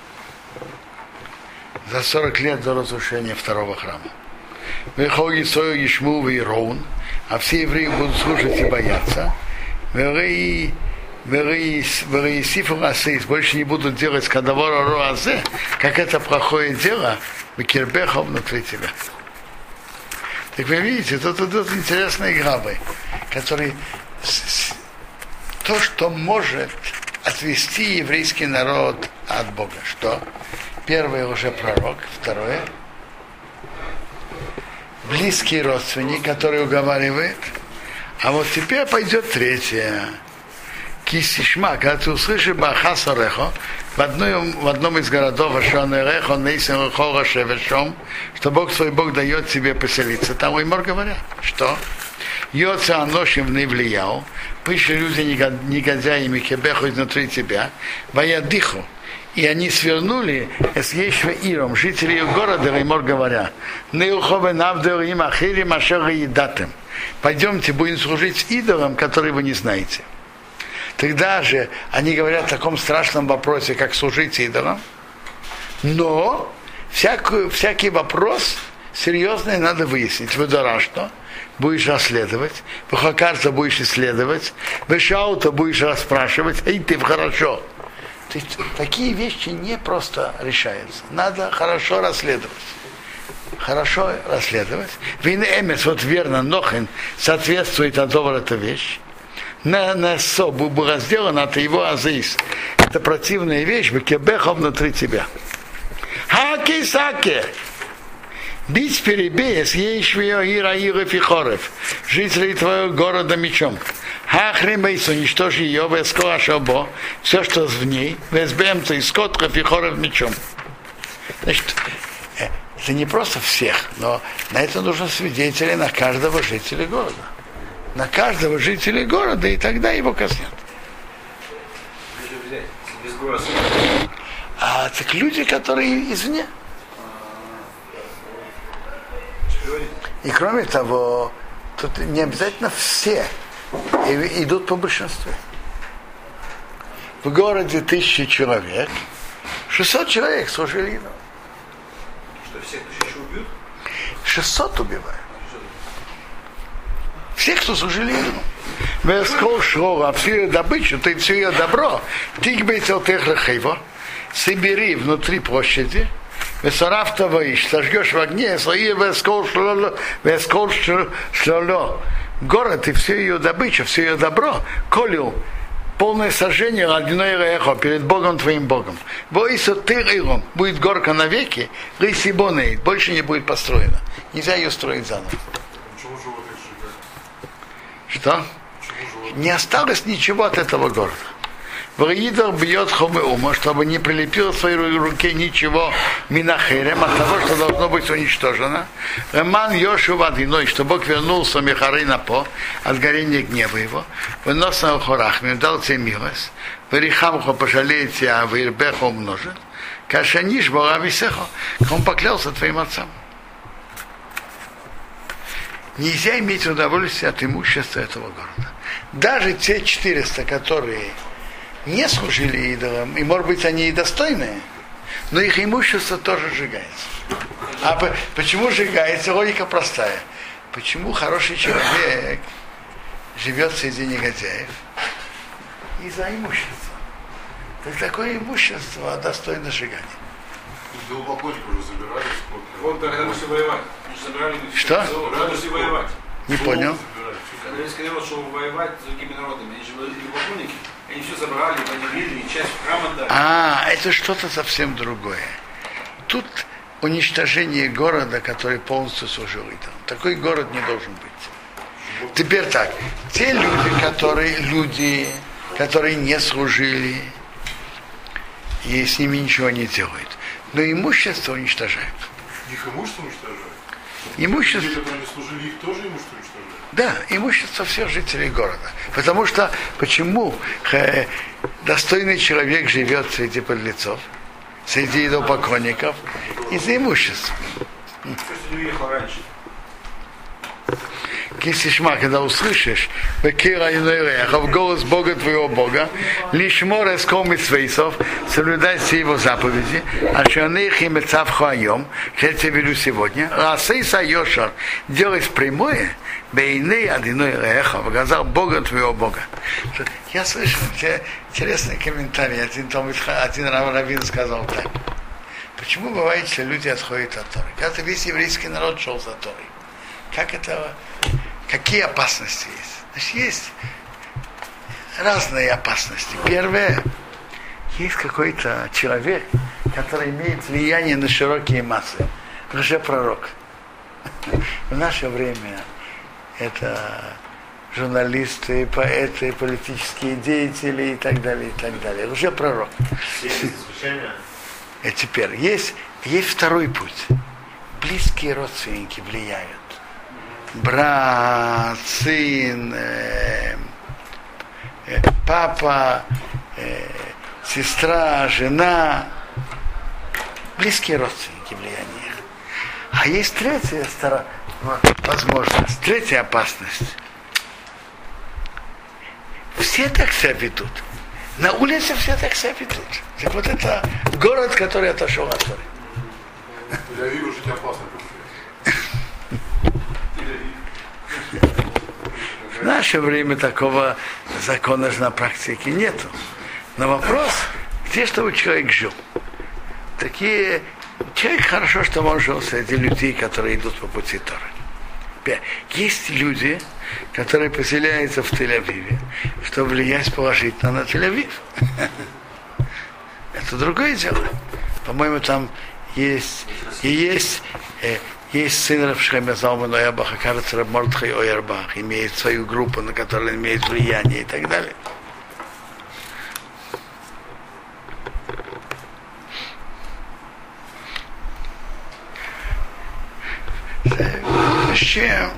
Speaker 1: За сорок лет до разрушения второго храма. Выходит свою Ишму и Роун, а все евреи будут слушать и бояться. Больше не будут делать кадавора роазе, как это плохое дело, Бекирбеха внутри тебя. Так вы видите, тут идут интересные грабы, которые то, что может отвести еврейский народ от Бога. Что? Первое уже пророк, второе близкий родственник, который уговаривает. А вот теперь пойдет третье. Кисишма, когда ты услышишь Бахасарехо в, в одном из городов Ашанерехо, Нейсенрехо, Шевешом, что Бог свой Бог дает тебе поселиться. Там Уймор говорят, что Йоца Аношим не влиял, пришли люди негодяями Кебеху изнутри тебя, Ваядиху. И они свернули с Ешве Иром, жители города, Уймор говоря, Неухове Навдер им Ахирим Ашер Едатем. Пойдемте, будем служить идолам, которые вы не знаете. Тогда же они говорят о таком страшном вопросе, как служить идолам. Но всякую, всякий вопрос серьезный надо выяснить. Выдара что? Будешь расследовать. Бухакарта будешь исследовать. Вешаута будешь расспрашивать. Эй, ты хорошо. То есть, такие вещи не просто решаются. Надо хорошо расследовать. Хорошо расследовать. Вин эмес, вот верно, нохен соответствует адовар эта вещь. На, на со было сделано, это его азис. Это противная вещь, бекебеха внутри тебя. Хаки-саки. Бить перебеес, ейшвио ира ира фихорев. Жители твоего города мечом. Хахримейс, уничтожи ее, вескоа шабо. Все, что в ней. Везбем, то из котра фихорев мечом. Значит, это не просто всех, но на это нужно свидетели на каждого жителя города. На каждого жителя города, и тогда его коснет. А так люди, которые извне. И кроме того, тут не обязательно все идут по большинству. В городе тысячи человек, шестьсот человек служили идолам.
Speaker 5: Что, всех тысяч убьют?
Speaker 1: шестьсот убивают. Все, кто служили идолам. Вескол шрора, всю ее добычу, ты все ее добро, ты бейтел техлахейво, собери внутри площади, весарав таваиш, сожгешь в огне, свои вескол шлоло, вескол шлоло. Город и всю ее добычу, все ее добро, колю, полное сожжение одной эхо перед Богом твоим Богом. Бойся ты иром, будет горка навеки, рейсибоней, больше не будет построена. Нельзя ее строить заново. Что? Не осталось ничего от этого города. Враидор бьет хомы ума, чтобы не прилепило в своей руке ничего минахерем от того, что должно быть уничтожено. Роман Йошу водяной, что Бог вернулся Михары на по от горения гнева его. Вынос на хорахме, дал тебе милость. Варихамхо пожалеет тебя, а вирбехо умножит. Кашаниш Бога висехо, он поклялся твоим отцам. Нельзя иметь удовольствие от имущества этого города. Даже те четыреста, которые не служили идолам, и, может быть, они и достойные, но их имущество тоже сжигается. А по- почему сжигается? Логика простая. Почему хороший человек живет среди негодяев? Из-за имущества. Так такое имущество достойно сжигания.
Speaker 4: Идолопоклонников уже забирали сколько?
Speaker 5: Вот когда пошли воевать. Забирали,
Speaker 1: Что?
Speaker 5: Когда пошли воевать.
Speaker 1: Не понял.
Speaker 5: Когда есть народ, что воевать с другими народами, они же были идолопоклонники, они все забрали, поделили, и часть храма дали.
Speaker 1: А, это что-то совсем другое. Тут уничтожение города, который полностью служил идолам. Такой город не должен быть. Теперь так, те люди, которые люди, которые не служили, и с ними ничего не делают, но имущество уничтожают.
Speaker 4: Их имущество уничтожают?
Speaker 1: Имущество...
Speaker 4: Люди, которые не служили, их тоже имущество уничтожают?
Speaker 1: Да, имущество всех жителей города. Потому что, почему э, достойный человек живет среди подлецов, среди идолопоклонников, из-за имущества.
Speaker 5: Что не уехал раньше?
Speaker 1: Кисишма, когда услышишь, Бекира Юнойреха, в голос Бога твоего Бога, лишмор эском митцвейсов, соблюдай все его заповеди, а что они их им цав хуайом, что я тебе велю сегодня, расейса йошар, делай прямое, бейней одиной реха, в глазах Бога твоего Бога. Я слышал интересный комментарий, один, один раввин сказал так. Почему бывает, что люди отходят от Торы? Когда весь еврейский народ шел за Торой. Как это, какие опасности есть? Значит, есть разные опасности. Первое, есть какой-то человек, который имеет влияние на широкие массы. Лжепророк. В наше время это журналисты, поэты, политические деятели и так далее, и так далее. Лжепророк. И теперь есть, есть второй путь. Близкие родственники влияют. Брат, сын, э, э, папа, э, сестра, жена. Близкие родственники влияния. А есть третья сторона, возможность, третья опасность. Все так себя ведут. На улице все так себя ведут. Так вот это город, который отошел от Торы.
Speaker 4: Я вижу, что тебе опасно.
Speaker 1: В наше время такого закона же на практике нету. Но вопрос, где чтобы человек жил. Такие, человек хорошо, что он жил среди людей, которые идут по пути Торы. Есть люди, которые поселяются в Тель-Авиве, чтобы влиять положительно на Тель-Авив. Это другое дело. По-моему, там есть и есть, э, есть сын Рав Шломо Залман Ойербаха, кажется, Рав Мордхай Ойербах, имеет свою группу, на которой он имеет влияние и так далее. В будущем,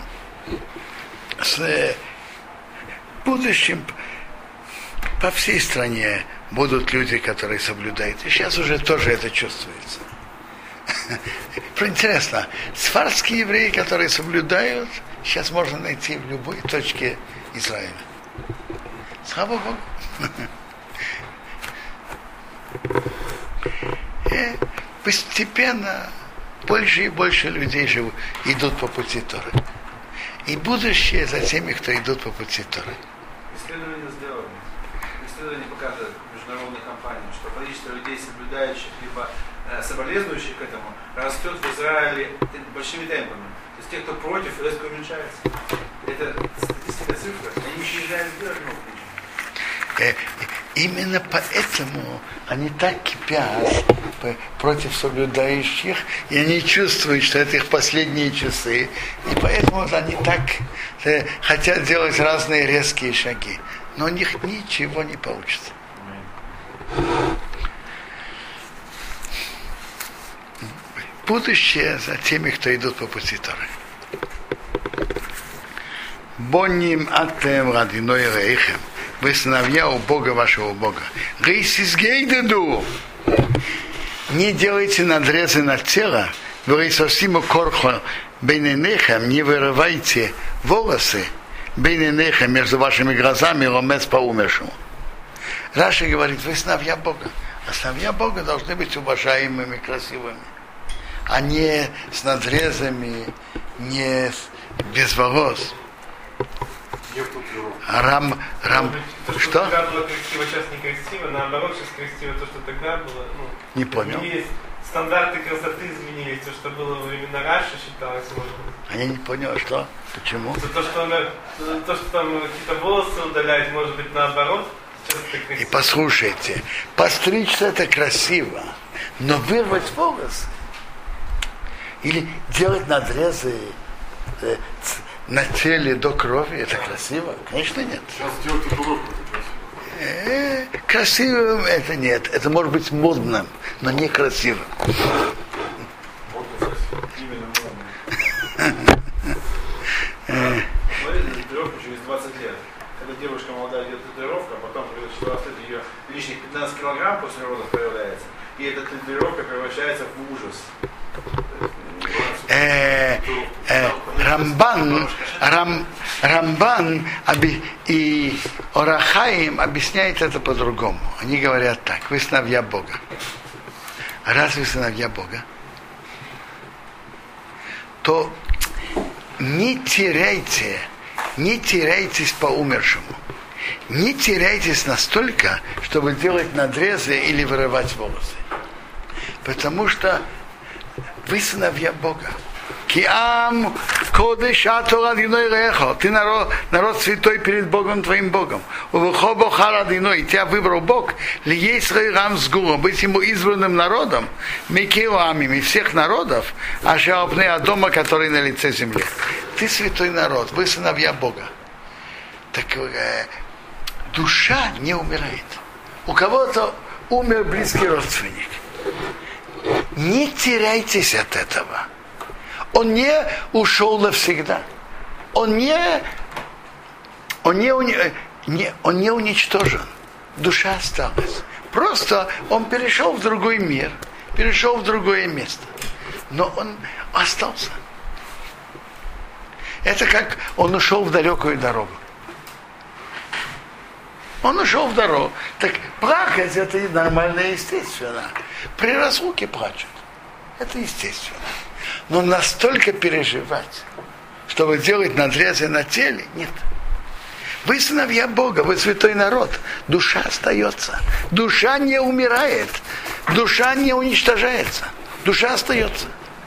Speaker 1: с будущем по всей стране будут люди, которые соблюдают. И сейчас уже тоже это чувствуется. Интересно, сфардские евреи, которые соблюдают, сейчас можно найти в любой точке Израиля. Слава Богу. И постепенно больше и больше людей живут, идут по пути Торы. И будущее за теми, кто идут по пути Торы.
Speaker 5: Исследование сделано. Исследование показывает международной компании, что количество людей, соблюдающих либо э, соболезнующих к этому, растет в Израиле большими темпами. То есть те, кто против, резко уменьшается. Это статистика цифры. Они еще не знают, сделать много ничего.
Speaker 1: Именно поэтому они так кипят против соблюдающих, и они чувствуют, что это их последние часы, и поэтому они так э, хотят делать разные резкие шаги. Но у них ничего не получится. Будущее за теми, кто идут по пути Торы. Бонним атем радиной рейхем. Вы сыновья у Бога вашего Бога. Гейсисгейдеду. Не делайте надрезы на тело. Вы совсем корхо бейненехем. Не вырывайте волосы бейненехем между вашими глазами, ломец по умершему. Раши говорит, вы сыновья Бога. А сыновья Бога должны быть уважаемыми, красивыми. А не с надрезами, не с, без волос. Рам, рам,
Speaker 3: то, что?
Speaker 1: Что?
Speaker 3: Тогда было красиво, сейчас не красиво, наоборот, сейчас красиво, то, что тогда было, ну,
Speaker 1: не понял.
Speaker 3: Изменились, стандарты красоты изменились, то, что было во времена Раши считалось, может быть.
Speaker 1: А я не понял, что? Почему?
Speaker 3: То, что, она, то, что там какие-то волосы удалять, может быть, наоборот, сейчас это красиво.
Speaker 1: И послушайте, постричься это красиво, но вырвать волосы или делать надрезы э, на теле до крови, это красиво? Конечно, нет.
Speaker 4: Сейчас делать татуировку, это красиво.
Speaker 1: Э, красивым это нет. Это может быть модным, но не красивым.
Speaker 4: Модно красиво.
Speaker 5: Именно модно. Смотрите на татуировку через двадцать лет. Когда девушка молодая делает татуировку, а потом, когда через двадцать лет ее лишних пятнадцать килограмм после родов появляется, и эта татуировка превращается в ужас.
Speaker 1: Э, э, Рамбан, Рам, Рамбан оби, и Орахаим объясняют это по-другому. Они говорят так: вы сыновья Бога. А раз вы сыновья Бога, то не теряйте, не теряйтесь по умершему. Не теряйтесь настолько, чтобы делать надрезы или вырывать волосы. Потому что вы сыновья Бога. Киам кодеш атора диной рехо. Ты народ, народ святой перед Богом твоим Богом. Увыхо бохара диной. Тебя выбрал Бог. Ли есть рам с гуром. Быть ему избранным народом. Микилами всех народов. А шаопне дома, который на лице земли. Ты святой народ. Вы сыновья Бога. Так э, душа не умирает. У кого-то умер близкий родственник. Не теряйтесь от этого. Он не ушел навсегда. Он не, он не, не, он не уничтожен. Душа осталась. Просто он перешел в другой мир, перешел в другое место. Но он остался. Это как он ушел в далекую дорогу. Он ушел в дорогу. Так плакать это нормально и естественно. При разлуке плачут. Это естественно. Но настолько переживать, чтобы делать надрезы на теле, нет. Вы сыновья Бога, вы святой народ. Душа остается. Душа не умирает. Душа не уничтожается. Душа остается.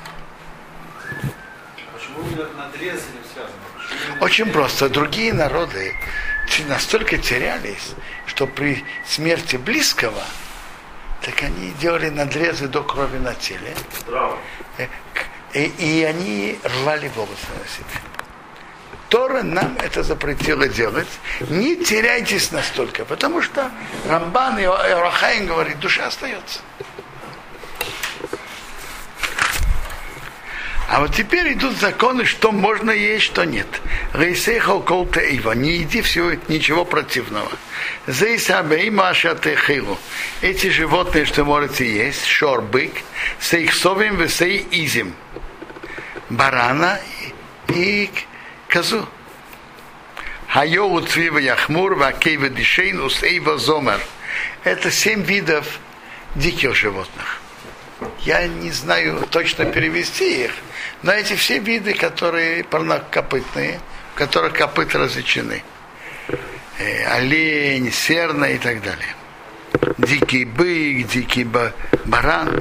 Speaker 5: Почему именно надрезы не связаны?
Speaker 1: Очень просто. Другие народы настолько терялись, что при смерти близкого, так они делали надрезы до крови на теле. И, и они рвали волосы на себе. Тора нам это запретила делать. Не теряйтесь настолько, потому что Рамбан и Орахаим говорит, душа остается. А вот теперь идут законы, что можно есть, что нет. Рейсейхал колта ива. Не еди всего, ничего противного. Зейсабейма ашатехилу. Эти животные, что можете есть, шор, бык, сейхсовим весей изим. Барана и козу. Хайоу цвива яхмур, вакейва дишейн, усейва зомер. Это семь видов диких животных. Я не знаю точно перевести их, но эти все виды, которые парнокопытные, в которых копыта различены. Э, олень, серна и так далее. Дикий бык, дикий баран.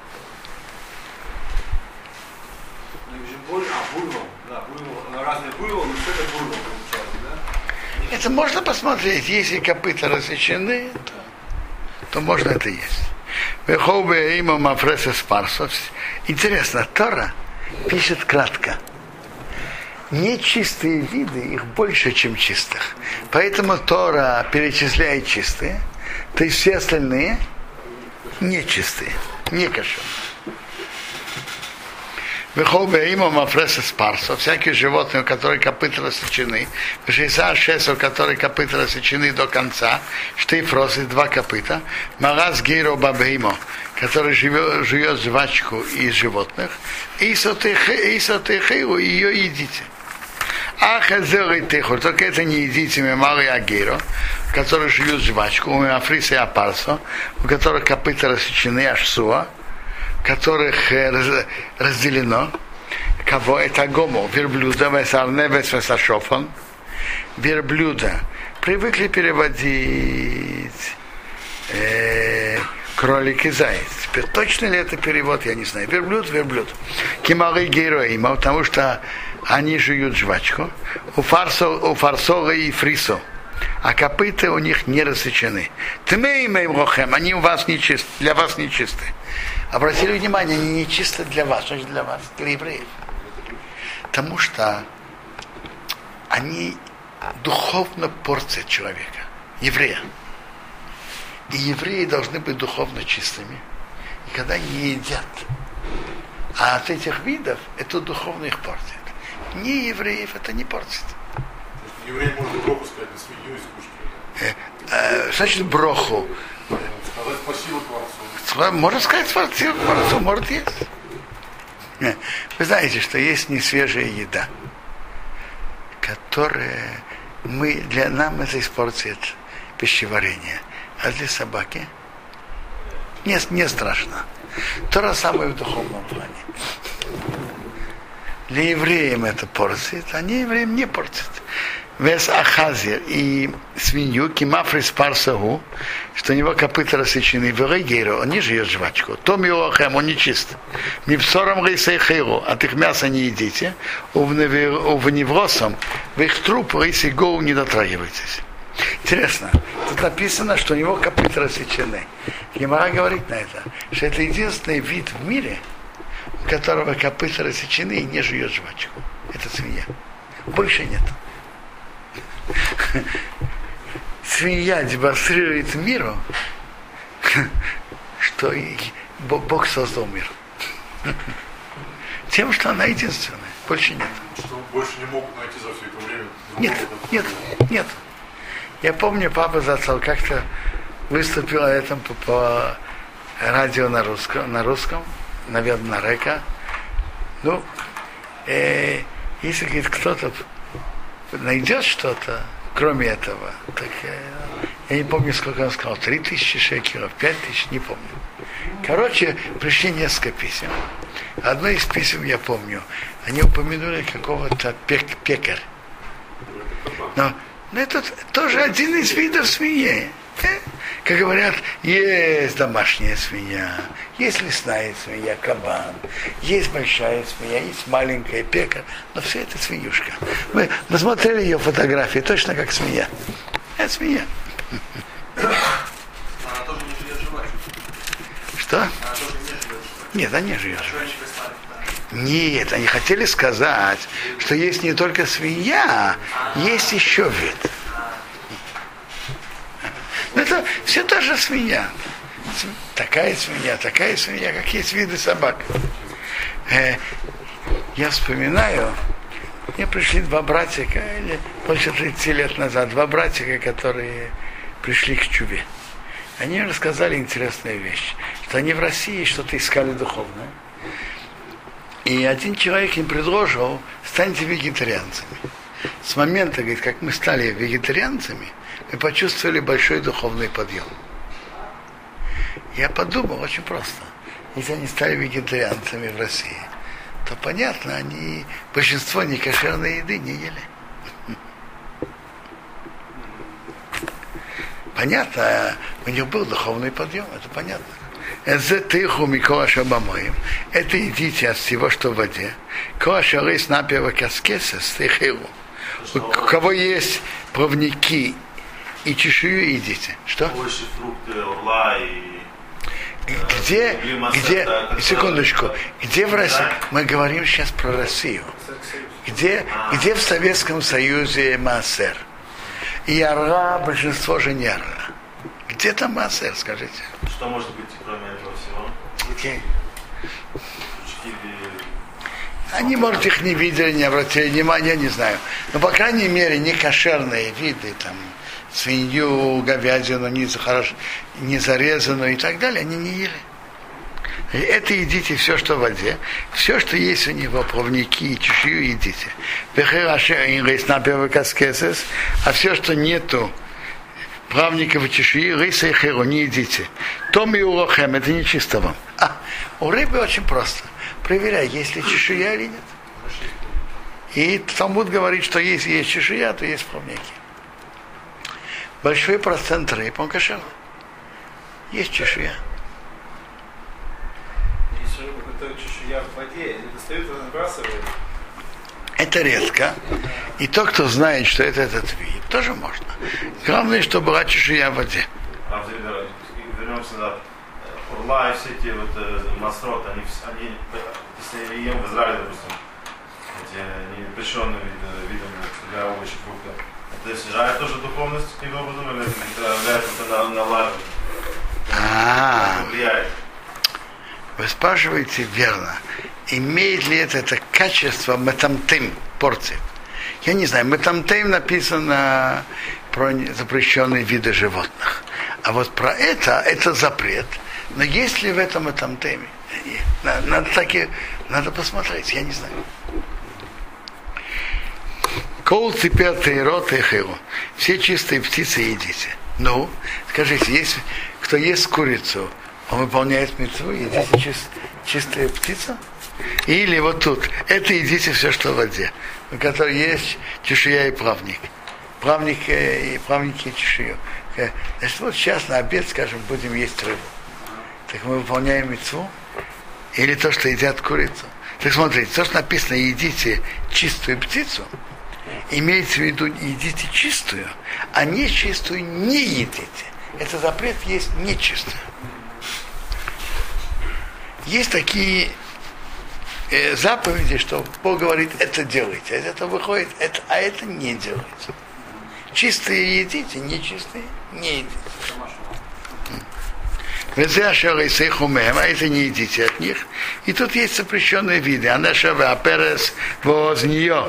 Speaker 1: Это можно посмотреть, если копыта различены, то, то можно это есть. Интересно, Тора пишет кратко. Нечистые виды, их больше, чем чистых. Поэтому Тора перечисляет чистые, то есть все остальные нечистые, не кошерные. Всякие животные, у которых копыта рассечены, у которых копыта рассечены до конца, штейфросы, два копыта, мараз гейро бабеймо, который живет, живет жвачку из животных, и сотехею, ее едите. А хазер и техур, только это не едите мемары агейро, который живет жвачку, у мемафриса и апарсо, у которых копыта рассечены ашсуа, которых разделено, кого это гомо, верблюда, весарневес, весашофон, верблюда. Привыкли переводить э, кролик и заяц. Теперь точно ли это перевод, я не знаю. Верблюд, верблюд. Кимары героима, потому что они жуют жвачку. У фарсо, у фарсора и фрисо. А копыта у них не рассечены. Тмей моим рохем, они у вас не чисты, для вас не чисты. Обратили внимание, они не чисты для вас, что для вас, для евреев. Потому что они духовно портят человека, еврея. И евреи должны быть духовно чистыми. И когда они едят, а от этих видов это духовно их портит. Не евреев это не портит.
Speaker 4: Еврей может броху сказать на свинью и скушать.
Speaker 1: Э, э, значит, броху.
Speaker 4: Сказать спасибо Творцу.
Speaker 1: Можно сказать спасибо Творцу, может есть. Вы знаете, что есть несвежая еда. которые мы, для нам это испортит пищеварение, а для собаки не, не страшно. То же самое в духовном плане. Для евреев это портит, а не евреям не портит. Вес ахазир и свинью, кимафрис парсагу, что у него копыта рассечены, вегейру, он не жует жвачку. Том его ахем, он не чист. Мипсором рейсейхейру, от их мяса не едите, увневросом, в их труп рейсейгоу не дотрагивайтесь. Интересно, тут написано, что у него копыта рассечены. Гемара говорит на это, что это единственный вид в мире, у которого копыта рассечены и не жует жвачку. Это свинья. Больше нет. Свинья демонстрирует миру, что Бог создал мир. Тем, что она единственная. Больше нет.
Speaker 4: Что больше не могут найти за все это время?
Speaker 1: Нет, нет, нет. Я помню, папа зацал как-то выступил о этом по, по радио на русском, на русском, наверное, на Река. Ну, э, если, говорит, кто-то найдет что-то, кроме этого, так я, я не помню, сколько он сказал, три тысячи шекелов, пять тысяч, не помню. Короче, пришли несколько писем. Одно из писем я помню, они упомянули какого-то пек, пекаря. Но, но это тоже один из видов свиньи. Как говорят, есть домашняя свинья, есть лесная свинья, кабан, есть большая свинья, есть маленькая пекарь, но все это свинюшка. Мы, мы смотрели ее фотографии, точно как свинья. Это свинья.
Speaker 2: Она тоже не жует жвачку.
Speaker 1: Что?
Speaker 2: Она тоже не жует жвачку.
Speaker 1: Нет, она не жует
Speaker 2: А что они
Speaker 1: жвачку.
Speaker 2: прислали?
Speaker 1: Нет, они хотели сказать, что есть не только свинья, есть еще вид. Это все та же свинья. Такая свинья, такая свинья, как есть виды собак. Э, я вспоминаю, мне пришли два братика, или больше тридцати лет назад, два братика, которые пришли к Чуве. Они рассказали интересную вещь, что они в России что-то искали духовное. И один человек им предложил: станьте вегетарианцами. С момента, говорит, как мы стали вегетарианцами, мы почувствовали большой духовный подъем. Я подумал, очень просто. Если они стали вегетарианцами в России, то понятно, они большинство некошерной еды не ели. Понятно, у них был духовный подъем, это понятно. Это едите от всего, что в воде. У кого есть плавники и чешую, едите. Что?
Speaker 6: Овощи, фрукты, орла и...
Speaker 1: Где, где, секундочку, где в России, мы говорим сейчас про Россию, где, где в Советском Союзе маасер? И орла, большинство же не орла. Где там маасер, скажите?
Speaker 6: Что может быть, кроме этого всего?
Speaker 1: Где?
Speaker 6: Жучки.
Speaker 1: Они, может, их не видели, не обратили внимания, не знаю. Но, по крайней мере, не кошерные виды, там, свинью, говядину, не, хорошо, не зарезанную и так далее, они не ели. Это едите все, что в воде. Все, что есть у него, плавники и чешую, едите. А все, что нету плавников и чешуи, рыса и херу, не едите. Том и урохем, это не чисто вам. А, у рыбы очень просто. Проверяй, есть ли чешуя или нет. И Талмуд говорит, что если есть чешуя, то есть плавники. Большой процент рыб, он кошерный. Есть чешуя.
Speaker 5: Если рыба, которая чешуя в воде, они достают и набрасывают.
Speaker 1: Это редко. И тот, кто знает, что это этот вид, тоже можно. Главное, чтобы была чешуя в воде.
Speaker 6: А вернемся назад. Орла и все эти вот масрот, они, они, если ем в Израиле, допустим, эти непрещенные виды для овощей, фруктов, это снижает тоже духовность каким образом, или это влияет на, на лажу?
Speaker 1: А,
Speaker 6: влияет.
Speaker 1: вы спрашиваете верно. Имеет ли это, это качество метамтым, порции? Я не знаю, метамтым написано про запрещенные виды животных. А вот про это, это запрет. Но есть ли в этом метамтыме? Надо, надо, таки, надо посмотреть, я не знаю. Кол теперь рот и хиру. Все чистые птицы едите. Ну, скажите, есть, кто ест курицу, он выполняет мицву, едите чист, чистая птица? Или вот тут, это едите все, что в воде, у которой есть чешуя и плавник. Плавник и плавники и чешую. Значит, вот сейчас на обед, скажем, будем есть рыбу. Так мы выполняем мицву? Или то, что едят курицу? Так смотрите, то, что написано, едите чистую птицу, имеется в виду, едите чистую, а нечистую не едите. Это запрет есть нечистую. Есть такие э, заповеди, что Бог говорит, это делайте, а из этого выходит, это, а это не делайте. Чистые едите, нечистые не едите. А это не едите от них. И тут есть запрещенные виды. Она шава, аперес, воз нее.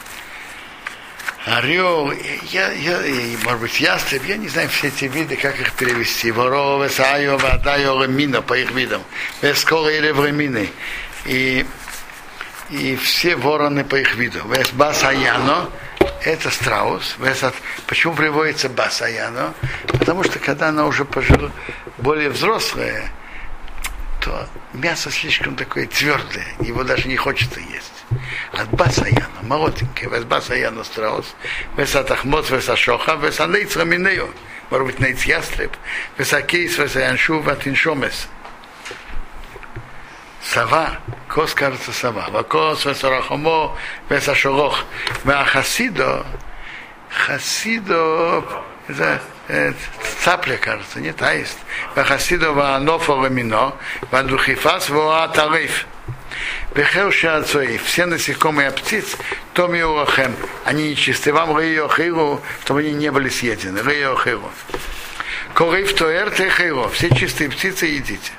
Speaker 1: Орел, я, я, может быть, ястреб, я не знаю все эти виды, как их перевести. Ворова, сайова, дайова, мина, по их видам. Вескола или времины. И, и все вороны по их виду. Весбасаяно. Это страус. Почему приводится басаяно? Потому что когда она уже пожила более взрослая, то мясо слишком такое твердое, его даже не хочется есть. От басаяна, молоденькое, вес басаяна страус, вес атахмот, вес ашоха, вес анейц раминею, может быть, нейц ястреб, вес акейс, вес аяншу, ватиншомес. Сова, кос, кажется, сова. Вакос, весарахомо, весашорох. Вахасидо, хасидо, это, это цапля, кажется, нет, аист. Вахасидо, ваанофо, вамино, вадухифас, ваатариф. Вехеуша отцоев, все насекомые птиц, томи урахем, они нечистые. Вам рейо хиру, чтобы они не были съедены. Рейо хиру. Корив тоэр те хиру, все чистые птицы едите.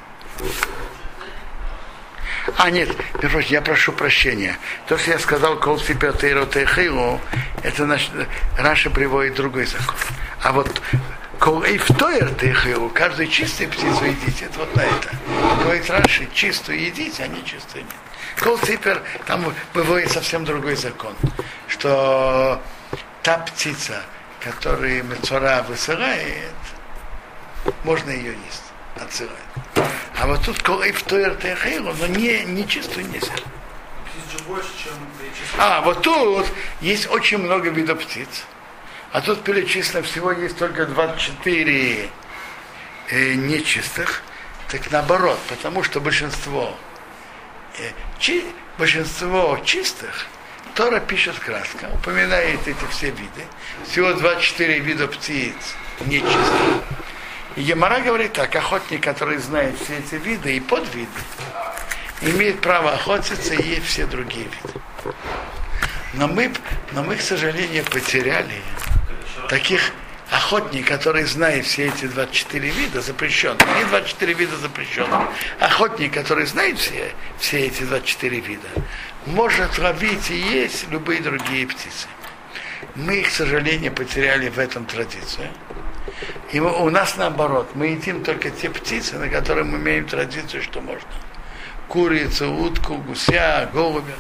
Speaker 1: А, нет, я прошу прощения. То, что я сказал, кол сипер тейро тейхиру, это наш, Раша приводит другой закон. А вот кол эйфтоер тейхиру, каждую чистую птицу едите, это вот на это. Говорит Раша, чистую едите, а не чистую нет. Кол сипер, там выводит совсем другой закон, что та птица, которую мецора высырает, можно ее есть, отсырать. А вот тут колейф тоэр тэхэйру, но не, не чистую нельзя.
Speaker 5: Птиц же больше, чем перечислено.
Speaker 1: А, вот тут есть очень много видов птиц. А тут перечислено всего есть только двадцать четыре э, нечистых. Так наоборот, потому что большинство, э, чи, большинство чистых Тора пишет краска, упоминает эти все виды. Всего двадцать четыре вида птиц нечистых. И Гемара говорит так, охотник, который знает все эти виды и подвиды, имеет право охотиться и есть все другие виды. Но мы, но мы, к сожалению, потеряли таких охотников, которые знают все эти двадцать четыре вида запрещенных. Не двадцать четыре вида запрещенных. Охотник, который знает все, все эти двадцать четыре вида, может ловить и есть любые другие птицы. Мы, к сожалению, потеряли в этом традицию. И мы, у нас наоборот, мы едим только те птицы, на которые мы имеем традицию, что можно. Курицу, утку, гуся, голубя.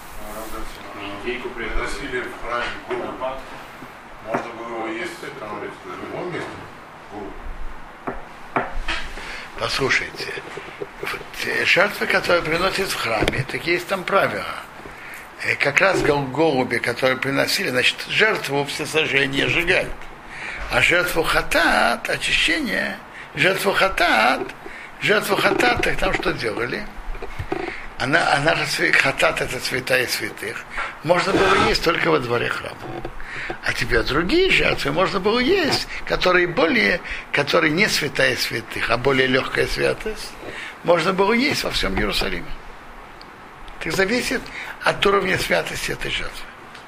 Speaker 4: Приносили в храме голубя. Можно было его есть там, в любом месте? Голубь.
Speaker 1: Послушайте, жертвы, которые приносят в храме, так есть там правила. Как раз голуби, которые приносили, значит, жертву всесожжения сжигают. А жертву хатат, очищение, жертву хатат, жертву хатат, так там что делали? Она, она же хатат, это святая святых. Можно было есть только во дворе храма. А теперь другие жертвы можно было есть, которые более, которые не святая святых, а более легкая святость, можно было есть во всем Иерусалиме. Это зависит от уровня святости этой жертвы.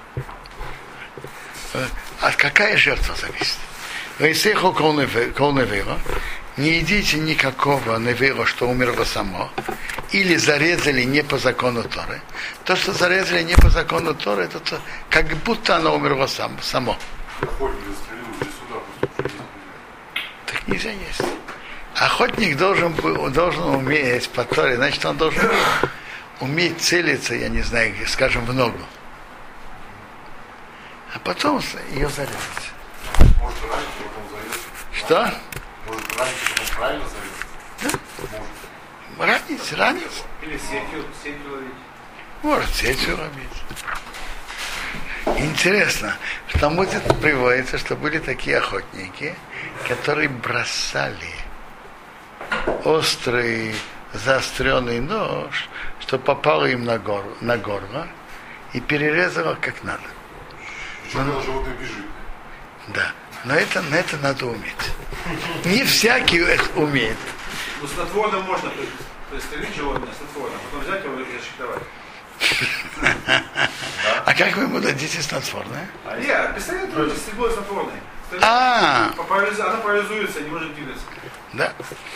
Speaker 1: От какая жертва зависит? Не едите никакого невера, что умерло само, или зарезали не по закону Торы. То, что зарезали не по закону Торы, это то, как будто оно умерло сам, само. Так нельзя есть. Охотник должен, должен уметь по Торе, значит, он должен уметь целиться, я не знаю, скажем, в ногу. а потом ее зарезать.
Speaker 4: Может ранить, потом зарезать.
Speaker 1: Что?
Speaker 4: Может ранить, потом правильно зарезать. Может.
Speaker 1: Ранить, ранить.
Speaker 5: Или сетью, сетью ловить.
Speaker 1: Может, сетью ловить. Интересно, в Талмуде приводится, что были такие охотники, которые бросали острый заостренный нож, что попало им на, гор, на горло и перерезало как надо.
Speaker 4: Причем когда животное бежит.
Speaker 1: Да, но это, на это надо уметь. Не всякий это умеет.
Speaker 5: Ну, снотворным можно пристрелить животное снотворным, потом взять его и зашиктовать.
Speaker 1: А как вы ему дадите снотворное?
Speaker 5: Нет, пистолет трудно, стрельбой снотворной.
Speaker 1: А,
Speaker 5: Она парализуется, не может двигаться.
Speaker 1: да.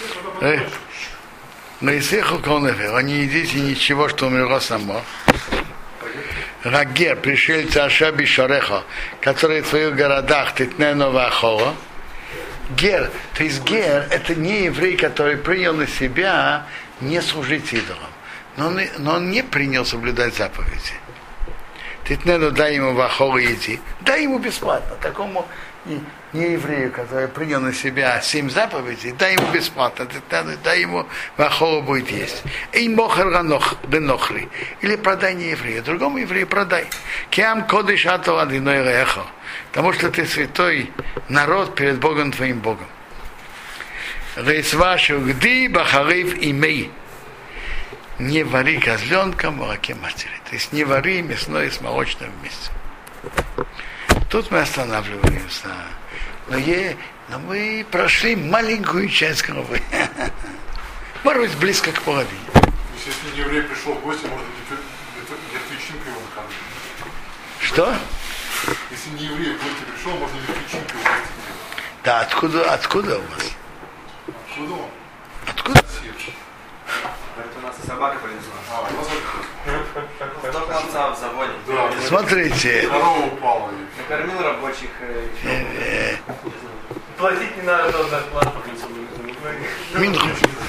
Speaker 1: Но если Хуконефе, вы не едите ничего, что умерло само. Рагер, пришельцы Ашаби Шореха, которые в твоих городах Титненова Ахова. Гер, то есть гер, это не еврей, который принял на себя не служить идолам. Но он, но он не принял соблюдать заповеди. Титнену дай ему в Ахова иди. Дай ему бесплатно. Такому не, не еврею, который принял на себя семь заповедей, дай ему бесплатно. Титнену дай ему в Ахова будет есть. И мохер бенохри. Или продай не еврею. Другому еврею продай. Киам кодыш атол адиной реехо. Потому что ты святой народ перед Богом твоим Богом. Рейсвашу гди бахарив имей. Не вари козленка в молоке матери. То есть не вари мясное с молочным вместе. Тут мы останавливаемся. Но, е, но мы прошли маленькую часть головы. Может быть, близко к половине.
Speaker 4: Если не еврей пришел в гости, можно мертвечинкой его накормить.
Speaker 1: Что?
Speaker 4: Если не еврей в гости пришел, можно мертвечинкой его накормить.
Speaker 1: Да, откуда, откуда у вас?
Speaker 4: Откуда он?
Speaker 1: Откуда?
Speaker 5: Это у нас и собака принесла.
Speaker 4: А, у вас
Speaker 2: До конца в заводе.
Speaker 4: Да.
Speaker 1: Смотрите.
Speaker 4: Корова упала.
Speaker 2: Накормил рабочих.
Speaker 1: Э,
Speaker 3: Платить не надо, зарплату.
Speaker 1: Минху.